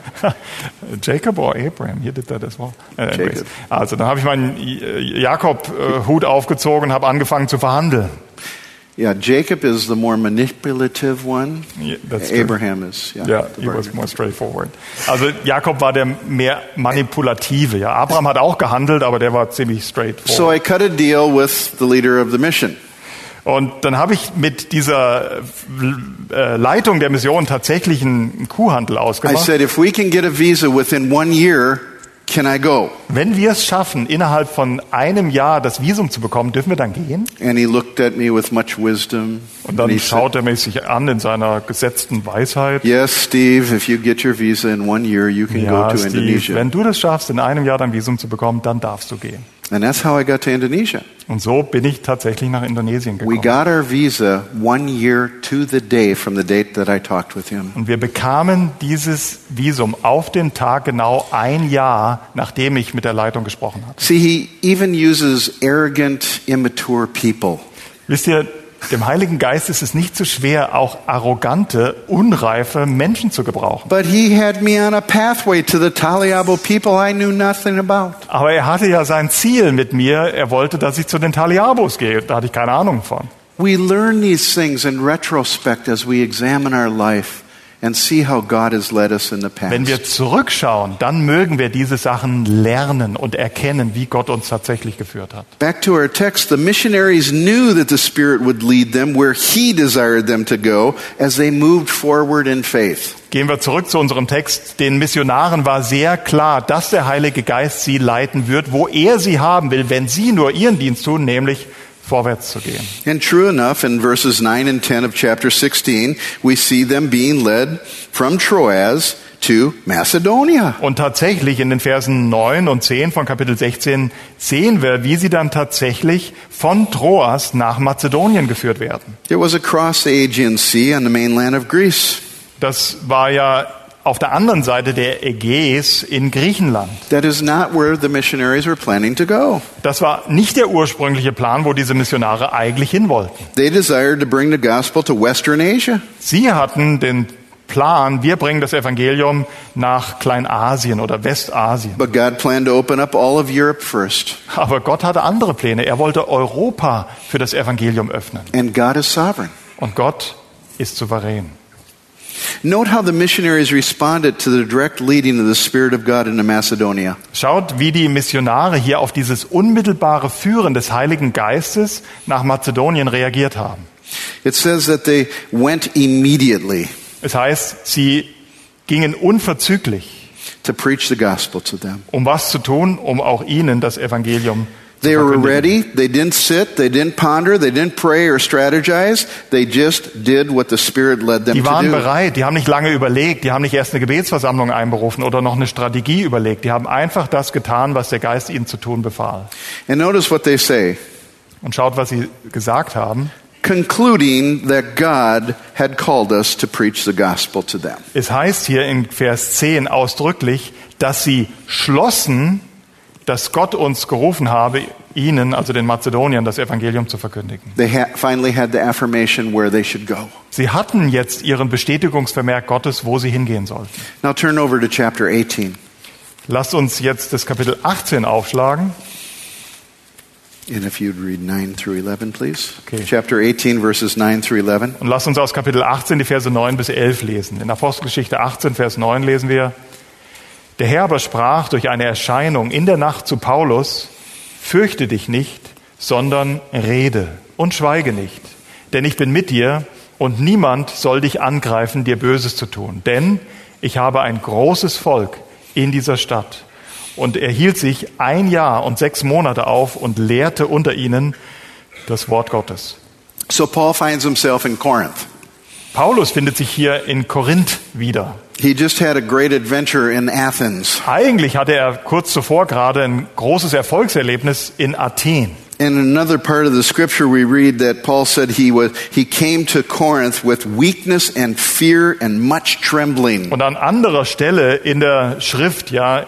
Jacob or Abraham, you did that as well. Anyways. Jacob. Also dann habe ich meinen Jakob-Hut aufgezogen und habe angefangen zu verhandeln. Yeah, Jacob is the more manipulative one. Yeah, that's true. Abraham is, Ja, the he was bargain. more straightforward. Also Jakob war der mehr manipulative. Ja, Abraham hat auch gehandelt, aber der war ziemlich straightforward. So I cut a deal with the leader of the mission. Und dann habe ich mit dieser Leitung der Mission tatsächlich einen Kuhhandel I ausgemacht. said, "If we can get a visa within 1 year, can I go?" Wenn wir es schaffen, innerhalb von einem Jahr das Visum zu bekommen, dürfen wir dann gehen? And he looked at me with much wisdom. Und And dann he schaut er mich sich an in seiner gesetzten Weisheit. "Yes, Steve, if you get your visa in 1 year, you can go Ja, to Steve, Indonesia." wenn du das schaffst, in einem Jahr dein Visum zu bekommen, dann darfst du gehen. And that's how I got to Indonesia. Und so bin ich tatsächlich nach Indonesien We gekommen. got our visa 1 year to the day from the date that I talked with him. Und wir bekamen dieses Visum auf den Tag genau 1 Jahr, nachdem ich mit der Leitung gesprochen hatte. See, he even uses arrogant, immature people. Wisst ihr, dem Heiligen Geist ist es nicht so schwer, auch arrogante, unreife Menschen zu gebrauchen. But he had me on a pathway to the Taliabo people I knew nothing about. Aber er hatte ja sein Ziel mit mir. Er wollte, dass ich zu den Taliabos gehe. Da hatte ich keine Ahnung von. We learn these things in retrospect as we examine our life and see how God has led us in the Wenn wir past. zurückschauen, dann mögen wir diese Sachen lernen und erkennen, wie Gott uns tatsächlich geführt hat. Back to our text, the missionaries knew that the Spirit would lead them where he desired them to go as they moved forward in faith. Gehen wir zurück zu unserem Text. Den Missionaren war sehr klar, dass der Heilige Geist sie leiten wird, wo er sie haben will, wenn sie nur ihren Dienst tun, nämlich vorwärts zu gehen. And true enough, in verses 9 and 10 of chapter 16, we see them being led from Troas to Macedonia. Und tatsächlich in den Versen 9 und 10 von Kapitel 16 sehen wir, wie sie dann tatsächlich von Troas nach Mazedonien geführt werden. It was across the Aegean Sea on the mainland of Greece. Das war ja auf der anderen Seite der Ägäis in Griechenland. That is not where the missionaries were planning to go. Das war nicht der ursprüngliche Plan, wo diese Missionare eigentlich hin wollten. They desired to bring the gospel to Western Asia. Sie hatten den Plan, wir bringen das Evangelium nach Kleinasien oder Westasien. But God planned to open up all of Europe first. Aber Gott hatte andere Pläne. Er wollte Europa für das Evangelium öffnen. And God is sovereign. Und Gott ist souverän. Note how the missionaries responded to the direct leading of the Spirit of God into Macedonia. Schaut, wie die Missionare hier auf dieses unmittelbare Führen des Heiligen Geistes nach Mazedonien reagiert haben. It says that they went immediately Es heißt, sie gingen unverzüglich, to preach the gospel to them. um was zu tun, um auch ihnen das Evangelium zu They were verkündigen. ready. They didn't sit. They didn't ponder. They didn't pray or strategize. They just did what the Spirit led them Die to waren do. bereit, die haben nicht lange überlegt, die haben nicht erst eine Gebetsversammlung einberufen oder noch eine Strategie überlegt. Die haben einfach das getan, was der Geist ihnen zu tun befahl. And notice what they say. Und schaut, was sie gesagt haben. Concluding that God had called us to preach the gospel to them. Es heißt hier in Vers 10 ausdrücklich, dass sie schlossen, dass Gott uns gerufen habe, ihnen, also den Mazedoniern, das Evangelium zu verkündigen. They finally had the affirmation where they should go. Sie hatten jetzt ihren Bestätigungsvermerk Gottes, wo sie hingehen sollten. Now turn over to chapter 18. Lasst uns jetzt das Kapitel 18 aufschlagen. And if you'd read 9 through 11, please. Okay. Chapter 18, verses 9 through 11. Und lasst uns aus Kapitel 18 die Verse 9 bis 11 lesen. In Apostelgeschichte 18, Vers 9 lesen wir: Der Herr aber sprach durch eine Erscheinung in der Nacht zu Paulus: Fürchte dich nicht, sondern rede und schweige nicht. Denn ich bin mit dir und niemand soll dich angreifen, dir Böses zu tun. Denn ich habe ein großes Volk in dieser Stadt. Und er hielt sich 1 Jahr und 6 Monate auf und lehrte unter ihnen das Wort Gottes. So Paul finds himself in Corinth. Paulus findet sich hier in Korinth wieder. He just had a great adventure in Athens. Eigentlich hatte er kurz zuvor gerade ein großes Erfolgserlebnis in Athen. In another part of the scripture we read that Paul said he came to Corinth with weakness and fear and much trembling. Und an anderer Stelle in der Schrift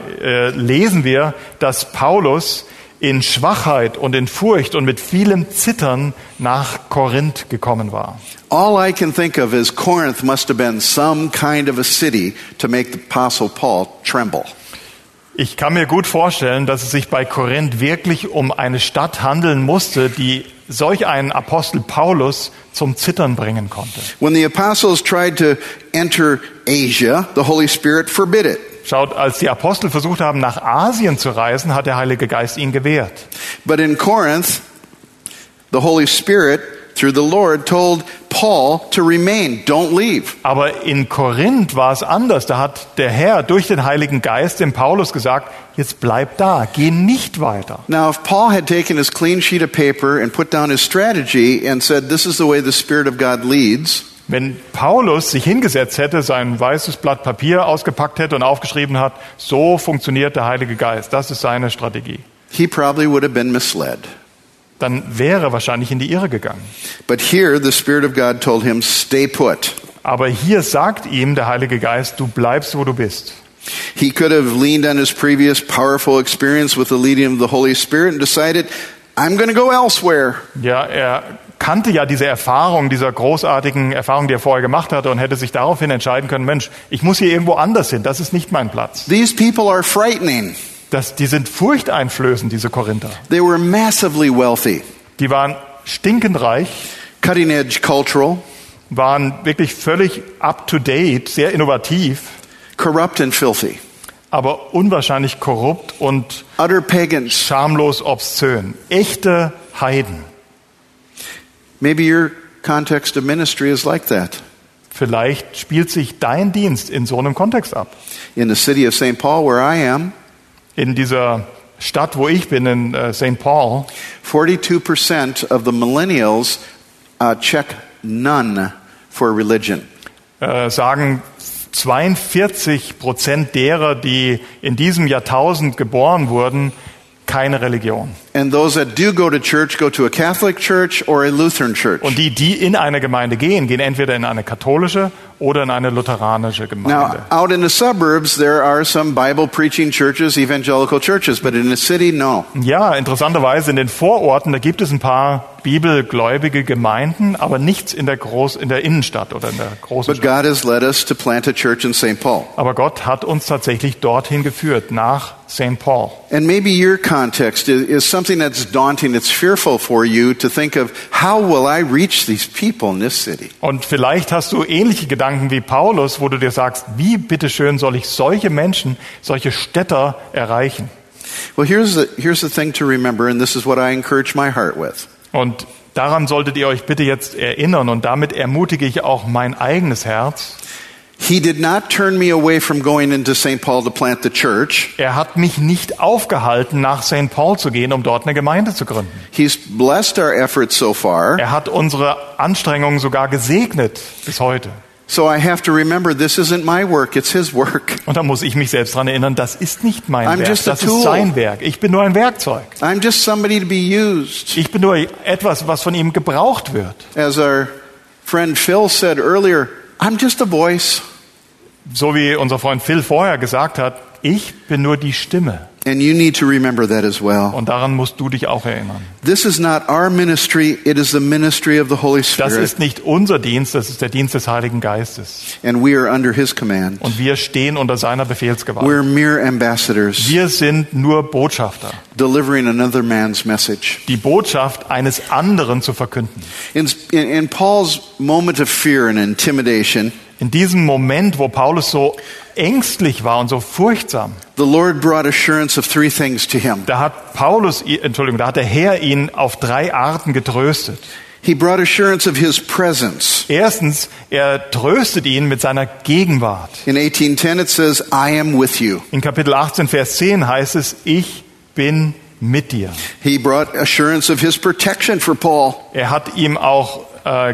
lesen wir, dass Paulus in Schwachheit und in Furcht und mit vielem Zittern nach Korinth gekommen war. All I can think of is Corinth must have been some kind of a city to make the Apostle Paul tremble. Ich kann mir gut vorstellen, dass es sich bei Korinth wirklich um eine Stadt handeln musste, die solch einen Apostel Paulus zum Zittern bringen konnte. When the apostles tried to enter Asia, the Holy Spirit forbid it. Schaut, als die Apostel versucht haben, nach Asien zu reisen, hat der Heilige Geist ihnen gewährt. But in Corinth, the Holy Spirit, through the Lord, told Paul to remain, don't leave. Aber in Korinth war es anders. Da hat der Herr durch den Heiligen Geist dem Paulus gesagt, jetzt bleib da, geh nicht weiter. Now, if Paul had taken his clean sheet of paper and put down his strategy and said, this is the way the Spirit of God leads, Wenn Paulus sich hingesetzt hätte, sein weißes Blatt Papier ausgepackt hätte und aufgeschrieben hat, so funktioniert der Heilige Geist, das ist seine Strategie, he probably would have been misled. dann wäre er wahrscheinlich in die Irre gegangen. But here, the Spirit of God told him, stay put. Aber hier sagt ihm der Heilige Geist, du bleibst, wo du bist. He could have leaned on his previous powerful experience with the leading of the Holy Spirit and decided, I'm going to go elsewhere. Ja, er kannte ja diese Erfahrung, dieser großartigen Erfahrung, die er vorher gemacht hatte und hätte sich daraufhin entscheiden können, Mensch, ich muss hier irgendwo anders hin, das ist nicht mein Platz. These people are frightening. Die sind furchteinflößend, diese Korinther. They were massively wealthy, Die waren stinkend reich, cutting edge cultural, waren wirklich völlig up to date, sehr innovativ, corrupt and filthy, aber unwahrscheinlich korrupt und utter pagans. schamlos obszön. Echte Heiden. Maybe your context of ministry is like that. Vielleicht spielt sich dein Dienst in so einem Kontext ab. In the city of St. Paul, where I am, In dieser Stadt, wo ich bin, in St. Paul, 42% of the millennials check none for religion. sagen 42% derer, die in diesem Jahrtausend geboren wurden, keine Religion. And those that do go to a Catholic church or a Lutheran church. Und die in eine Gemeinde gehen entweder in eine katholische oder in eine lutheranische Now, Gemeinde. out in the suburbs, there are some Bible-preaching churches, evangelical churches, but in the city, no. Ja, interessanterweise in den Vororten, da gibt es ein paar bibelgläubige Gemeinden, aber nichts in der Innenstadt oder in der großen But Stadt. God has led us to plant a church in St. Paul. Aber Gott hat uns tatsächlich dorthin geführt, nach St. Paul. And maybe your context is something that's daunting, it's fearful for you to think of, how will I reach these people in this city? Und vielleicht hast du ähnliche Gedanken wie Paulus, wo du dir sagst, wie bitteschön soll ich solche Menschen, solche Städter erreichen? Well, here's the thing to remember, and this is what I encourage my heart with. Und daran solltet ihr euch bitte jetzt erinnern und damit ermutige ich auch mein eigenes Herz. He did not turn me away from going into St. Paul to plant the church. Er hat mich nicht aufgehalten, nach St. Paul zu gehen, um dort eine Gemeinde zu gründen. He's blessed our efforts so far. Er hat unsere Anstrengungen sogar gesegnet bis heute. So I have to remember this isn't my work, it's his work. Und da muss ich mich selbst daran erinnern, das ist nicht mein I'm Werk, just a das tool. ist sein Werk. Ich bin nur ein Werkzeug. I'm just somebody to be used. Ich bin nur etwas, was von ihm gebraucht wird. As our friend Phil said earlier, I'm just a voice. So wie unser Freund Phil vorher gesagt hat, ich bin nur die Stimme. And you need to remember that as well. Und daran musst du dich auch erinnern. This is not our ministry, it is the ministry of the Holy Das Spirit. ist nicht unser Dienst, das ist der Dienst des Heiligen Geistes. And we are under his command. Und wir stehen unter seiner Befehlsgewalt. We're mere ambassadors, Wir sind nur Botschafter, delivering another man's message. die Botschaft eines anderen zu verkünden. In Paul's moment of fear and intimidation, In diesem Moment, wo Paulus so ängstlich war und so furchtsam, the Lord brought assurance of three things to him. da hat der Herr ihn auf 3 Arten getröstet. He brought assurance of his presence. Erstens, er tröstet ihn mit seiner Gegenwart. In 18:10 it says, I am with you. In Kapitel 18, Vers 10 heißt es, ich bin mit dir. He brought assurance of his protection for Paul. Er hat ihm auch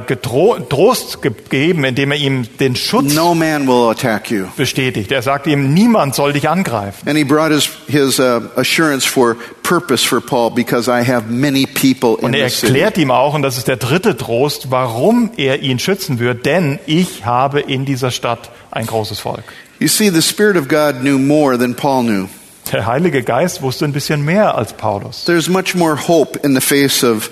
Trost gegeben, indem er ihm den Schutz No man will attack you. bestätigt. Er sagt ihm, niemand soll dich angreifen. And he brought his assurance for purpose for Paul, because I have many people in Und er the city. erklärt ihm auch, und das ist der dritte Trost, warum er ihn schützen wird, denn ich habe in dieser Stadt ein großes Volk. You see, the Spirit of God knew more than Paul knew. Der Heilige Geist wusste ein bisschen mehr als Paulus. There's much more hope in the face of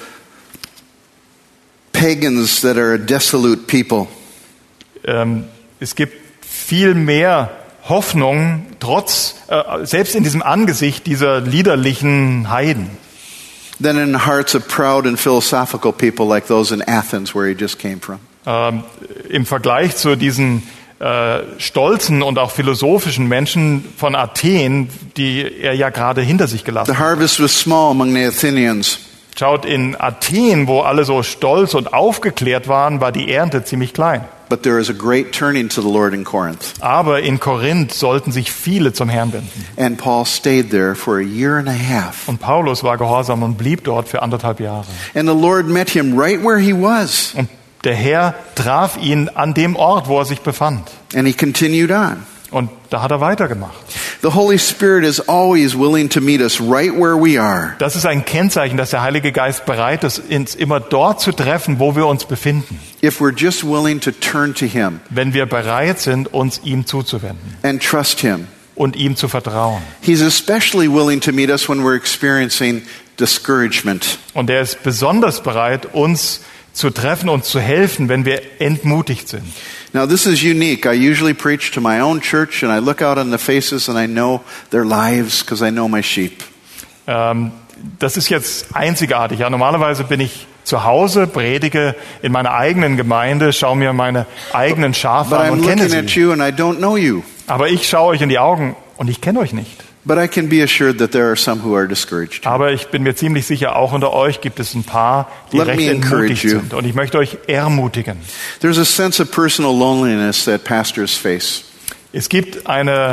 pagans that are a dissolute people. Es gibt viel mehr Hoffnung, selbst in diesem Angesicht dieser liederlichen Heiden, Than in the hearts of proud and philosophical people like those in Athens where he just came from. im Vergleich zu diesen stolzen und auch philosophischen Menschen von Athen, die er ja gerade hinter sich gelassen The hat. harvest was small among the Athenians. Schaut, in Athen, wo alle so stolz und aufgeklärt waren, war die Ernte ziemlich klein. But there is a great turning to the Lord in Corinth. Aber in Korinth sollten sich viele zum Herrn wenden. And Paul stayed there for a year and a half. Und Paulus war gehorsam und blieb dort für 1,5 Jahre. And the Lord met him right where he was. Und der Herr traf ihn an dem Ort, wo er sich befand. And he continued on. Und da hat er weitergemacht. The Holy Spirit is always willing to meet us right where we are. Das ist ein Kennzeichen, dass der Heilige Geist bereit ist, uns immer dort zu treffen, wo wir uns befinden. If we're just willing to turn to him Wenn wir bereit sind, uns ihm zuzuwenden and trust him. und ihm zu vertrauen. He's especially willing to meet us when we're experiencing discouragement. Und er ist besonders bereit, uns zu treffen und zu helfen, wenn wir entmutigt sind. Now this is unique. I usually preach to my own church and I look out on the faces and I know their lives because I know my sheep. Das ist jetzt einzigartig. Ja, normalerweise bin ich zu Hause, predige in meiner eigenen Gemeinde, schaue mir meine eigenen Schafe But an I'm und kenne looking at sie. you and I don't know you. Aber ich schaue euch in die Augen und ich kenne euch nicht. But I can be assured that there are some who are discouraged. Aber ich bin mir ziemlich sicher, auch unter euch gibt es ein paar, die Let recht me encourage entmutigt you. sind. Und ich möchte euch ermutigen. There's a sense of personal loneliness that pastors face. Es gibt eine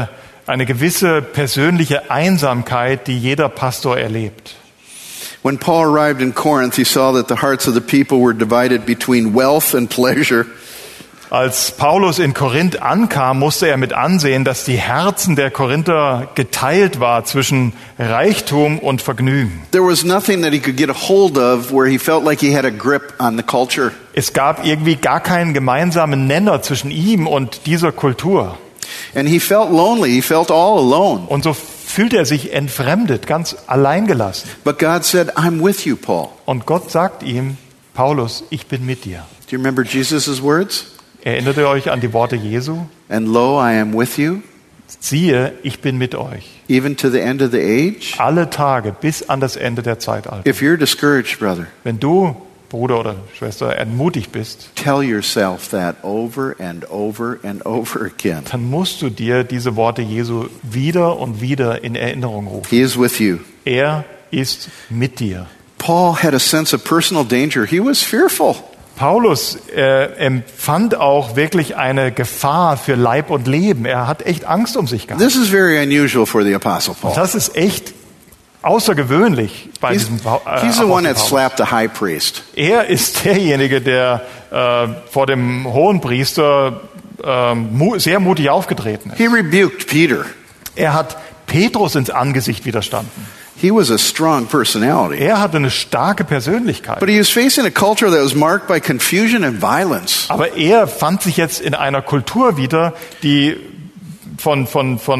eine gewisse persönliche Einsamkeit, die jeder Pastor erlebt. When Paul arrived in Corinth, he saw that the hearts of the people were divided between wealth and pleasure. Als Paulus in Korinth ankam, musste er mit ansehen, dass die Herzen der Korinther geteilt war zwischen Reichtum und Vergnügen. There was nothing that he could get a hold of where he felt like he had a grip on the culture. Es gab irgendwie gar keinen gemeinsamen Nenner zwischen ihm und dieser Kultur. And he felt lonely. He felt all alone. Und so fühlt er sich entfremdet, ganz alleingelassen. But God said, I'm with you, Paul. Und Gott sagt ihm, Paulus, ich bin mit dir. Do you remember Jesus' words? Erinnert ihr euch an die Worte Jesu? And lo, I am with you, Siehe, ich bin mit euch. even to the end of the age. Alle Tage bis an das Ende der Zeitalter. If you're discouraged, brother, Wenn du, Bruder oder Schwester, entmutigt bist, tell yourself that over and over and over again. dann musst du dir diese Worte Jesu wieder und wieder in Erinnerung rufen. He is with you. Er ist mit dir. Paul had a sense of personal danger. He was fearful. Paulus empfand auch wirklich eine Gefahr für Leib und Leben. Er hat echt Angst um sich gehabt. This is very unusual for the Apostle Paul. Das ist echt außergewöhnlich bei He's diesem the one Apostel that Paulus. slapped the high priest. Er ist derjenige, der vor dem Hohenpriester sehr mutig aufgetreten ist. He rebuked Peter. Er hat Petrus ins Angesicht widerstanden. He was a strong personality. Er hatte eine starke Persönlichkeit. But he was facing a culture that was marked by confusion and violence. Aber er fand sich jetzt in einer Kultur wieder, die von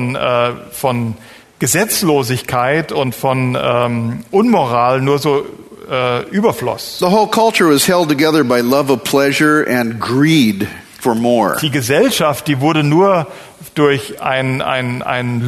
Gesetzlosigkeit und von Unmoral nur so überfloss. The whole culture was held together by love of pleasure and greed for more. Die Gesellschaft, die wurde nur durch eine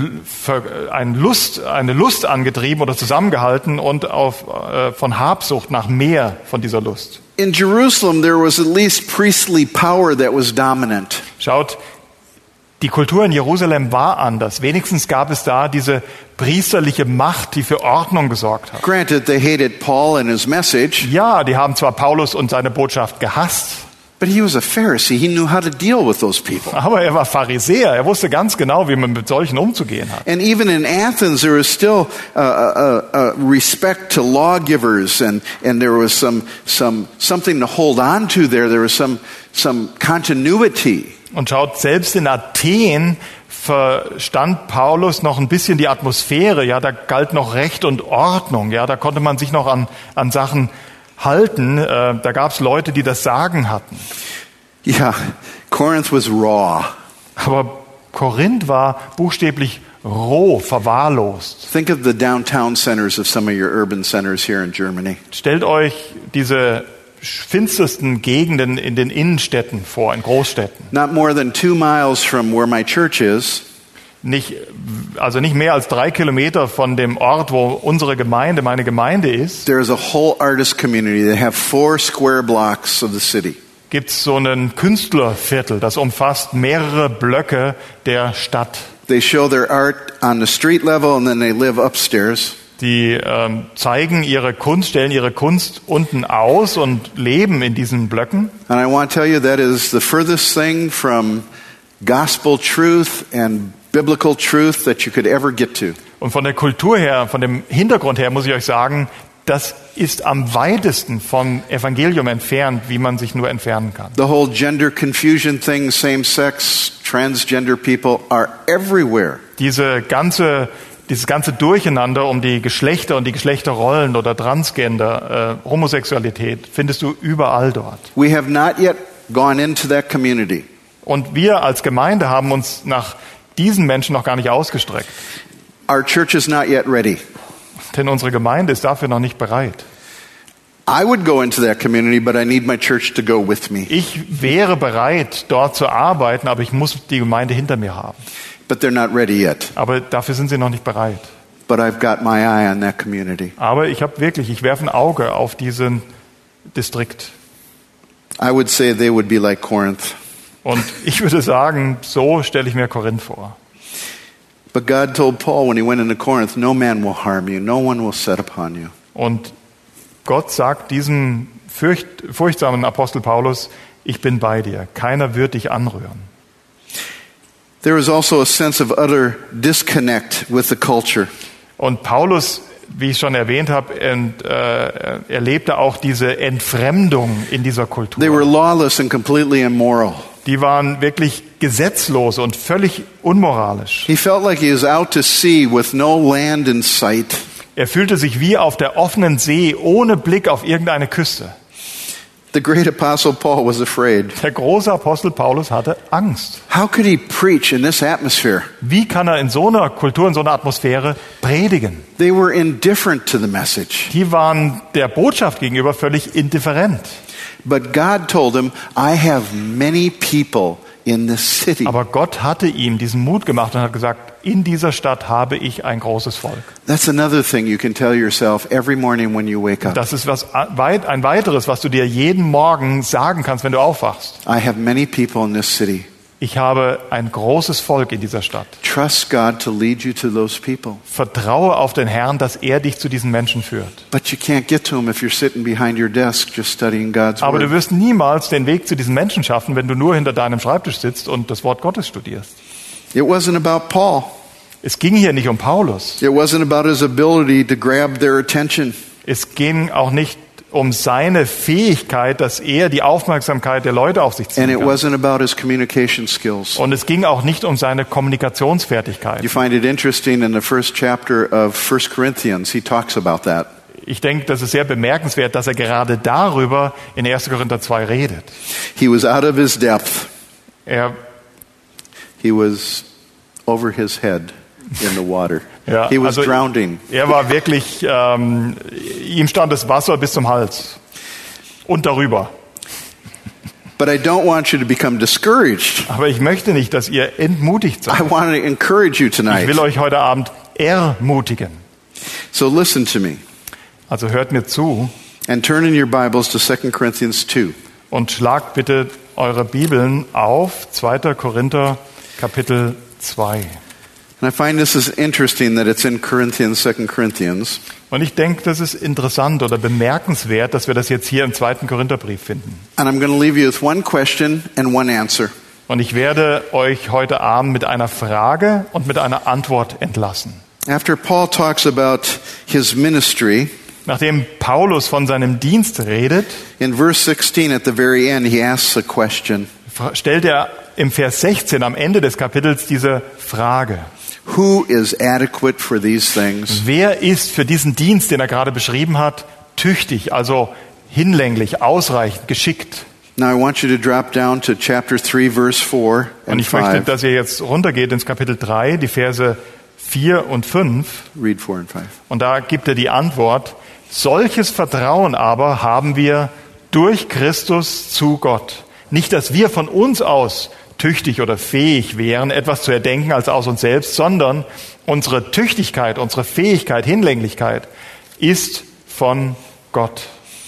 Lust angetrieben oder zusammengehalten und von Habsucht nach mehr von dieser Lust. In Jerusalem, there was at least priestly power that was dominant. Schaut, die Kultur in Jerusalem war anders. Wenigstens gab es da diese priesterliche Macht, die für Ordnung gesorgt hat. Granted, they hated Paul and his message, Ja, die haben zwar Paulus und seine Botschaft gehasst, but he was a Pharisee. He knew how to deal with those people. aber er war Pharisäer. Er wusste ganz genau, wie man mit solchen umzugehen hat. And even in Athens, there was still respect to lawgivers, and there was something to hold on to there. There was some continuity. Und schaut, selbst in Athen verstand Paulus noch ein bisschen die Atmosphäre. Ja, da galt noch Recht und Ordnung. Ja, da konnte man sich noch an Sachen halten. Da gab es Leute, die das Sagen hatten. Yeah, Corinth was raw. Aber Korinth war buchstäblich roh, verwahrlost. Think of the downtown centers of some of your urban centers here in Germany. Stellt euch diese finstersten Gegenden in den Innenstädten vor, in Großstädten. Not more than 2 miles from where my church is, Nicht mehr als 3 Kilometer von dem Ort, wo meine Gemeinde ist, there is a whole artist community. They have 4 square blocks of the city. gibt's so einen Künstlerviertel, das umfasst mehrere Blöcke der Stadt. They show their art on the street level and then they live upstairs. Die zeigen ihre Kunst, stellen ihre Kunst unten aus und leben in diesen Blöcken. And I want to tell you that is the furthest thing from gospel truth and biblical truth that you could ever get to. Und von der Kultur her, von dem Hintergrund her muss ich euch sagen, das ist am weitesten vom Evangelium entfernt, wie man sich nur entfernen kann. The whole gender confusion thing, same-sex, transgender people are everywhere. Dieses ganze Durcheinander um die Geschlechter und die Geschlechterrollen oder Transgender, Homosexualität, findest du überall dort. We have not yet gone into that community. Und wir als Gemeinde haben uns nach diesen Menschen noch gar nicht ausgestreckt. Our church is not yet ready. Denn unsere Gemeinde ist dafür noch nicht bereit. I would go into that community, but I need my church to go with me. Ich wäre bereit, dort zu arbeiten, aber ich muss die Gemeinde hinter mir haben. But they're not ready yet. Aber dafür sind sie noch nicht bereit. But I've got my eye on that community. Aber ich werfe ein Auge auf diesen Distrikt. I would say they would be like Corinth. Und ich würde sagen, so stelle ich mir Korinth vor. But God told Paul when he went into Corinth, no man will harm you, no one will set upon you. Und Gott sagt diesem furchtsamen Apostel Paulus, ich bin bei dir, keiner wird dich anrühren. There was also a sense of utter disconnect with the culture. Und Paulus, wie ich schon erwähnt habe, erlebte auch diese Entfremdung in dieser Kultur. They were lawless and completely immoral. Die waren wirklich gesetzlos und völlig unmoralisch. He felt like he was out to sea with no land in sight. Er fühlte sich wie auf der offenen See, ohne Blick auf irgendeine Küste. The great apostle Paul was afraid. Der große Apostel Paulus hatte Angst. How could he preach in this atmosphere? Wie kann er in so einer Kultur, in so einer Atmosphäre predigen? They were indifferent to the message. Die waren der Botschaft gegenüber völlig indifferent. But God told him, I have many people in this city. Aber Gott hatte ihm diesen Mut gemacht und hat gesagt, in dieser Stadt habe ich ein großes Volk. That's another thing you can tell yourself every morning when you wake up. Das ist ein weiteres, was du dir jeden Morgen sagen kannst, wenn du aufwachst. I have many people in this city. Ich habe ein großes Volk in dieser Stadt. Trust God to lead you to those people. Vertraue auf den Herrn, dass er dich zu diesen Menschen führt. But you can't get to them if you're sitting behind your desk just studying God's Aber du word. wirst niemals den Weg zu diesen Menschen schaffen, wenn du nur hinter deinem Schreibtisch sitzt und das Wort Gottes studierst. It wasn't about Paul. Es ging hier nicht um Paulus. It wasn't about his ability to grab their attention. Es ging auch nicht um seine Fähigkeit, dass er die Aufmerksamkeit der Leute auf sich And ziehen it kann. wasn't about his communication skills. Und es ging auch nicht um seine Kommunikationsfertigkeit. You find it interesting in the first chapter of 1 Corinthians, he talks about that. Ich denke, das ist sehr bemerkenswert, dass er gerade darüber in 1. Korinther 2 redet. He was out of his depth. Er He was over his head in the water. Ja, He was also drowning. er war wirklich, ihm stand das Wasser bis zum Hals und darüber. But I don't want you to become discouraged. Aber ich möchte nicht, dass ihr entmutigt seid. I want to encourage you Ich tonight. will euch heute Abend ermutigen. So listen to me Also hört mir zu and turn in your Bibles to 2 Corinthians 2. und schlagt bitte eure Bibeln auf 2. Korinther Kapitel 2. And I find this is interesting that it's in Corinthians, 2 Corinthians. Und ich denke, das ist interessant oder bemerkenswert, dass wir das jetzt hier im 2. Korintherbrief finden. And I'm going to leave you with one question and one answer. Und ich werde euch heute Abend mit einer Frage und mit einer Antwort entlassen. After Paul talks about his ministry, Nachdem Paulus von seinem Dienst redet, in verse 16 at the very end, he asks a question. stellt er im Vers 16 am Ende des Kapitels diese Frage. Who is adequate for these things? Wer ist für diesen Dienst, den er gerade beschrieben hat, tüchtig, also hinlänglich, ausreichend, geschickt? Now I want you to drop down to chapter 3, verse 4 Und and ich möchte, 5. dass ihr jetzt runtergeht ins Kapitel 3, die Verse 4 und 5. Read 4 and 5. Und da gibt er die Antwort: Solches Vertrauen aber haben wir durch Christus zu Gott. Nicht, dass wir von uns aus tüchtig oder fähig wären, etwas zu erdenken als aus uns selbst, sondern unsere Tüchtigkeit, unsere Fähigkeit, Hinlänglichkeit ist von Gott.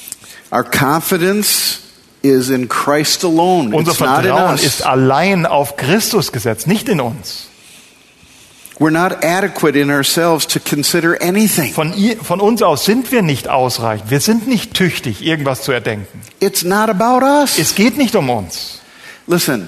Our confidence is in Christ alone. Unser It's not in Vertrauen us. ist allein auf Christus gesetzt, nicht in uns. We're not adequate in ourselves to consider anything. Von uns aus sind wir nicht ausreichend. Wir sind nicht tüchtig, irgendwas zu erdenken. It's not about us. Es geht nicht um uns. Listen,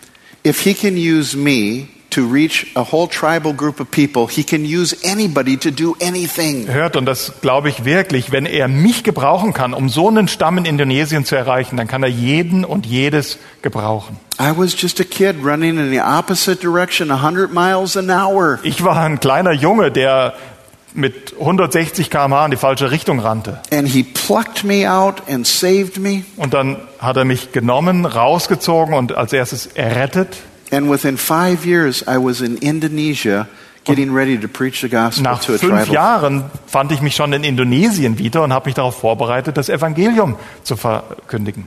if he can use me to reach a whole tribal group of people, he can use anybody to do anything. Hört, und das glaube ich wirklich, wenn er mich gebrauchen kann, um so einen Stamm in Indonesien zu erreichen, dann kann er jeden und jedes gebrauchen. I was just a kid running in the opposite direction 100 miles an hour. Ich war ein kleiner Junge, der mit 160 km/h in die falsche Richtung rannte. And he plucked me out and saved me. Und dann hat er mich genommen, rausgezogen und als erstes errettet. And within 5 years, I was in Indonesia getting ready to preach the gospel Nach to a 5 tribal. Jahren fand ich mich schon in Indonesien wieder und habe mich darauf vorbereitet, das Evangelium zu verkündigen.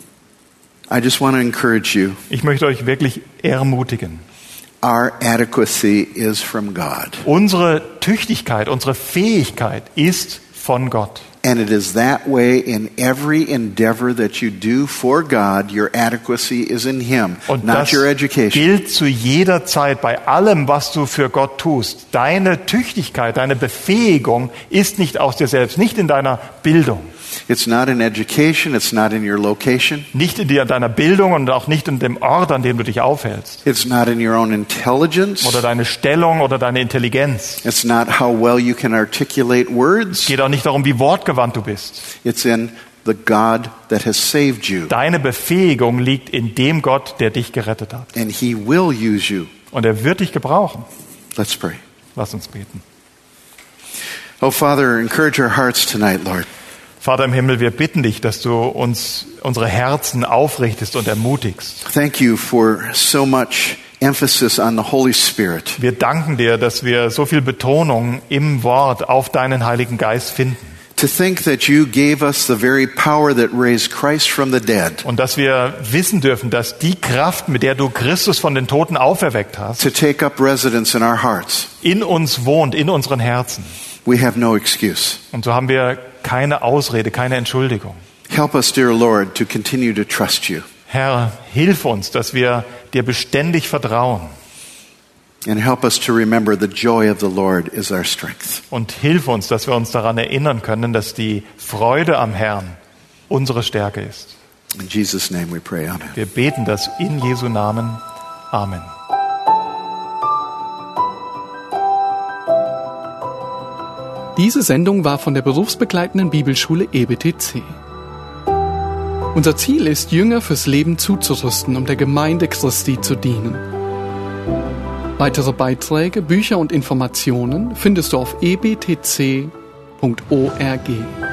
I just want to encourage you. Ich möchte euch wirklich ermutigen. Our adequacy is from God. Unsere Tüchtigkeit, unsere Fähigkeit ist von Gott. And it is that way in every endeavor that you do for God. Your adequacy is in Him, Und not das your education. gilt zu jeder Zeit bei allem, was du für Gott tust. Deine Tüchtigkeit, deine Befähigung ist nicht aus dir selbst, nicht in deiner Bildung. It's not in education. It's not in your location. Nicht in deiner Bildung und auch nicht in dem Ort, an dem du dich aufhältst. It's not in your own intelligence. Oder deine Stellung oder deine Intelligenz. It's not how well you can articulate Es words. geht auch nicht darum, wie wortgewandt du bist. It's in the God that has saved you. Deine Befähigung liegt in dem Gott, der dich gerettet hat. And he will use you. Und er wird dich gebrauchen. Let's pray. Lass uns beten. Oh, Father, encourage our hearts tonight, Lord. Vater im Himmel, wir bitten dich, dass du uns unsere Herzen aufrichtest und ermutigst. Thank you for so much emphasis on the Holy Spirit. Wir danken dir, dass wir so viel Betonung im Wort auf deinen Heiligen Geist finden. To think that you gave us the very power that raised Christ from the dead. Und dass wir wissen dürfen, dass die Kraft, mit der du Christus von den Toten auferweckt hast, To take up residence in our hearts. in uns wohnt, in unseren Herzen. We have no excuse. Und so haben wir keine Ausrede, keine Entschuldigung. Help us, dear Lord, to continue to trust you. Herr, hilf uns, dass wir dir beständig vertrauen. And help us to remember the joy of the Lord is our strength. Und hilf uns, dass wir uns daran erinnern können, dass die Freude am Herrn unsere Stärke ist. In Jesus' name we pray. Amen. Wir beten das in Jesu Namen. Amen. Diese Sendung war von der berufsbegleitenden Bibelschule EBTC. Unser Ziel ist, Jünger fürs Leben zuzurüsten, um der Gemeinde Christi zu dienen. Weitere Beiträge, Bücher und Informationen findest du auf ebtc.org.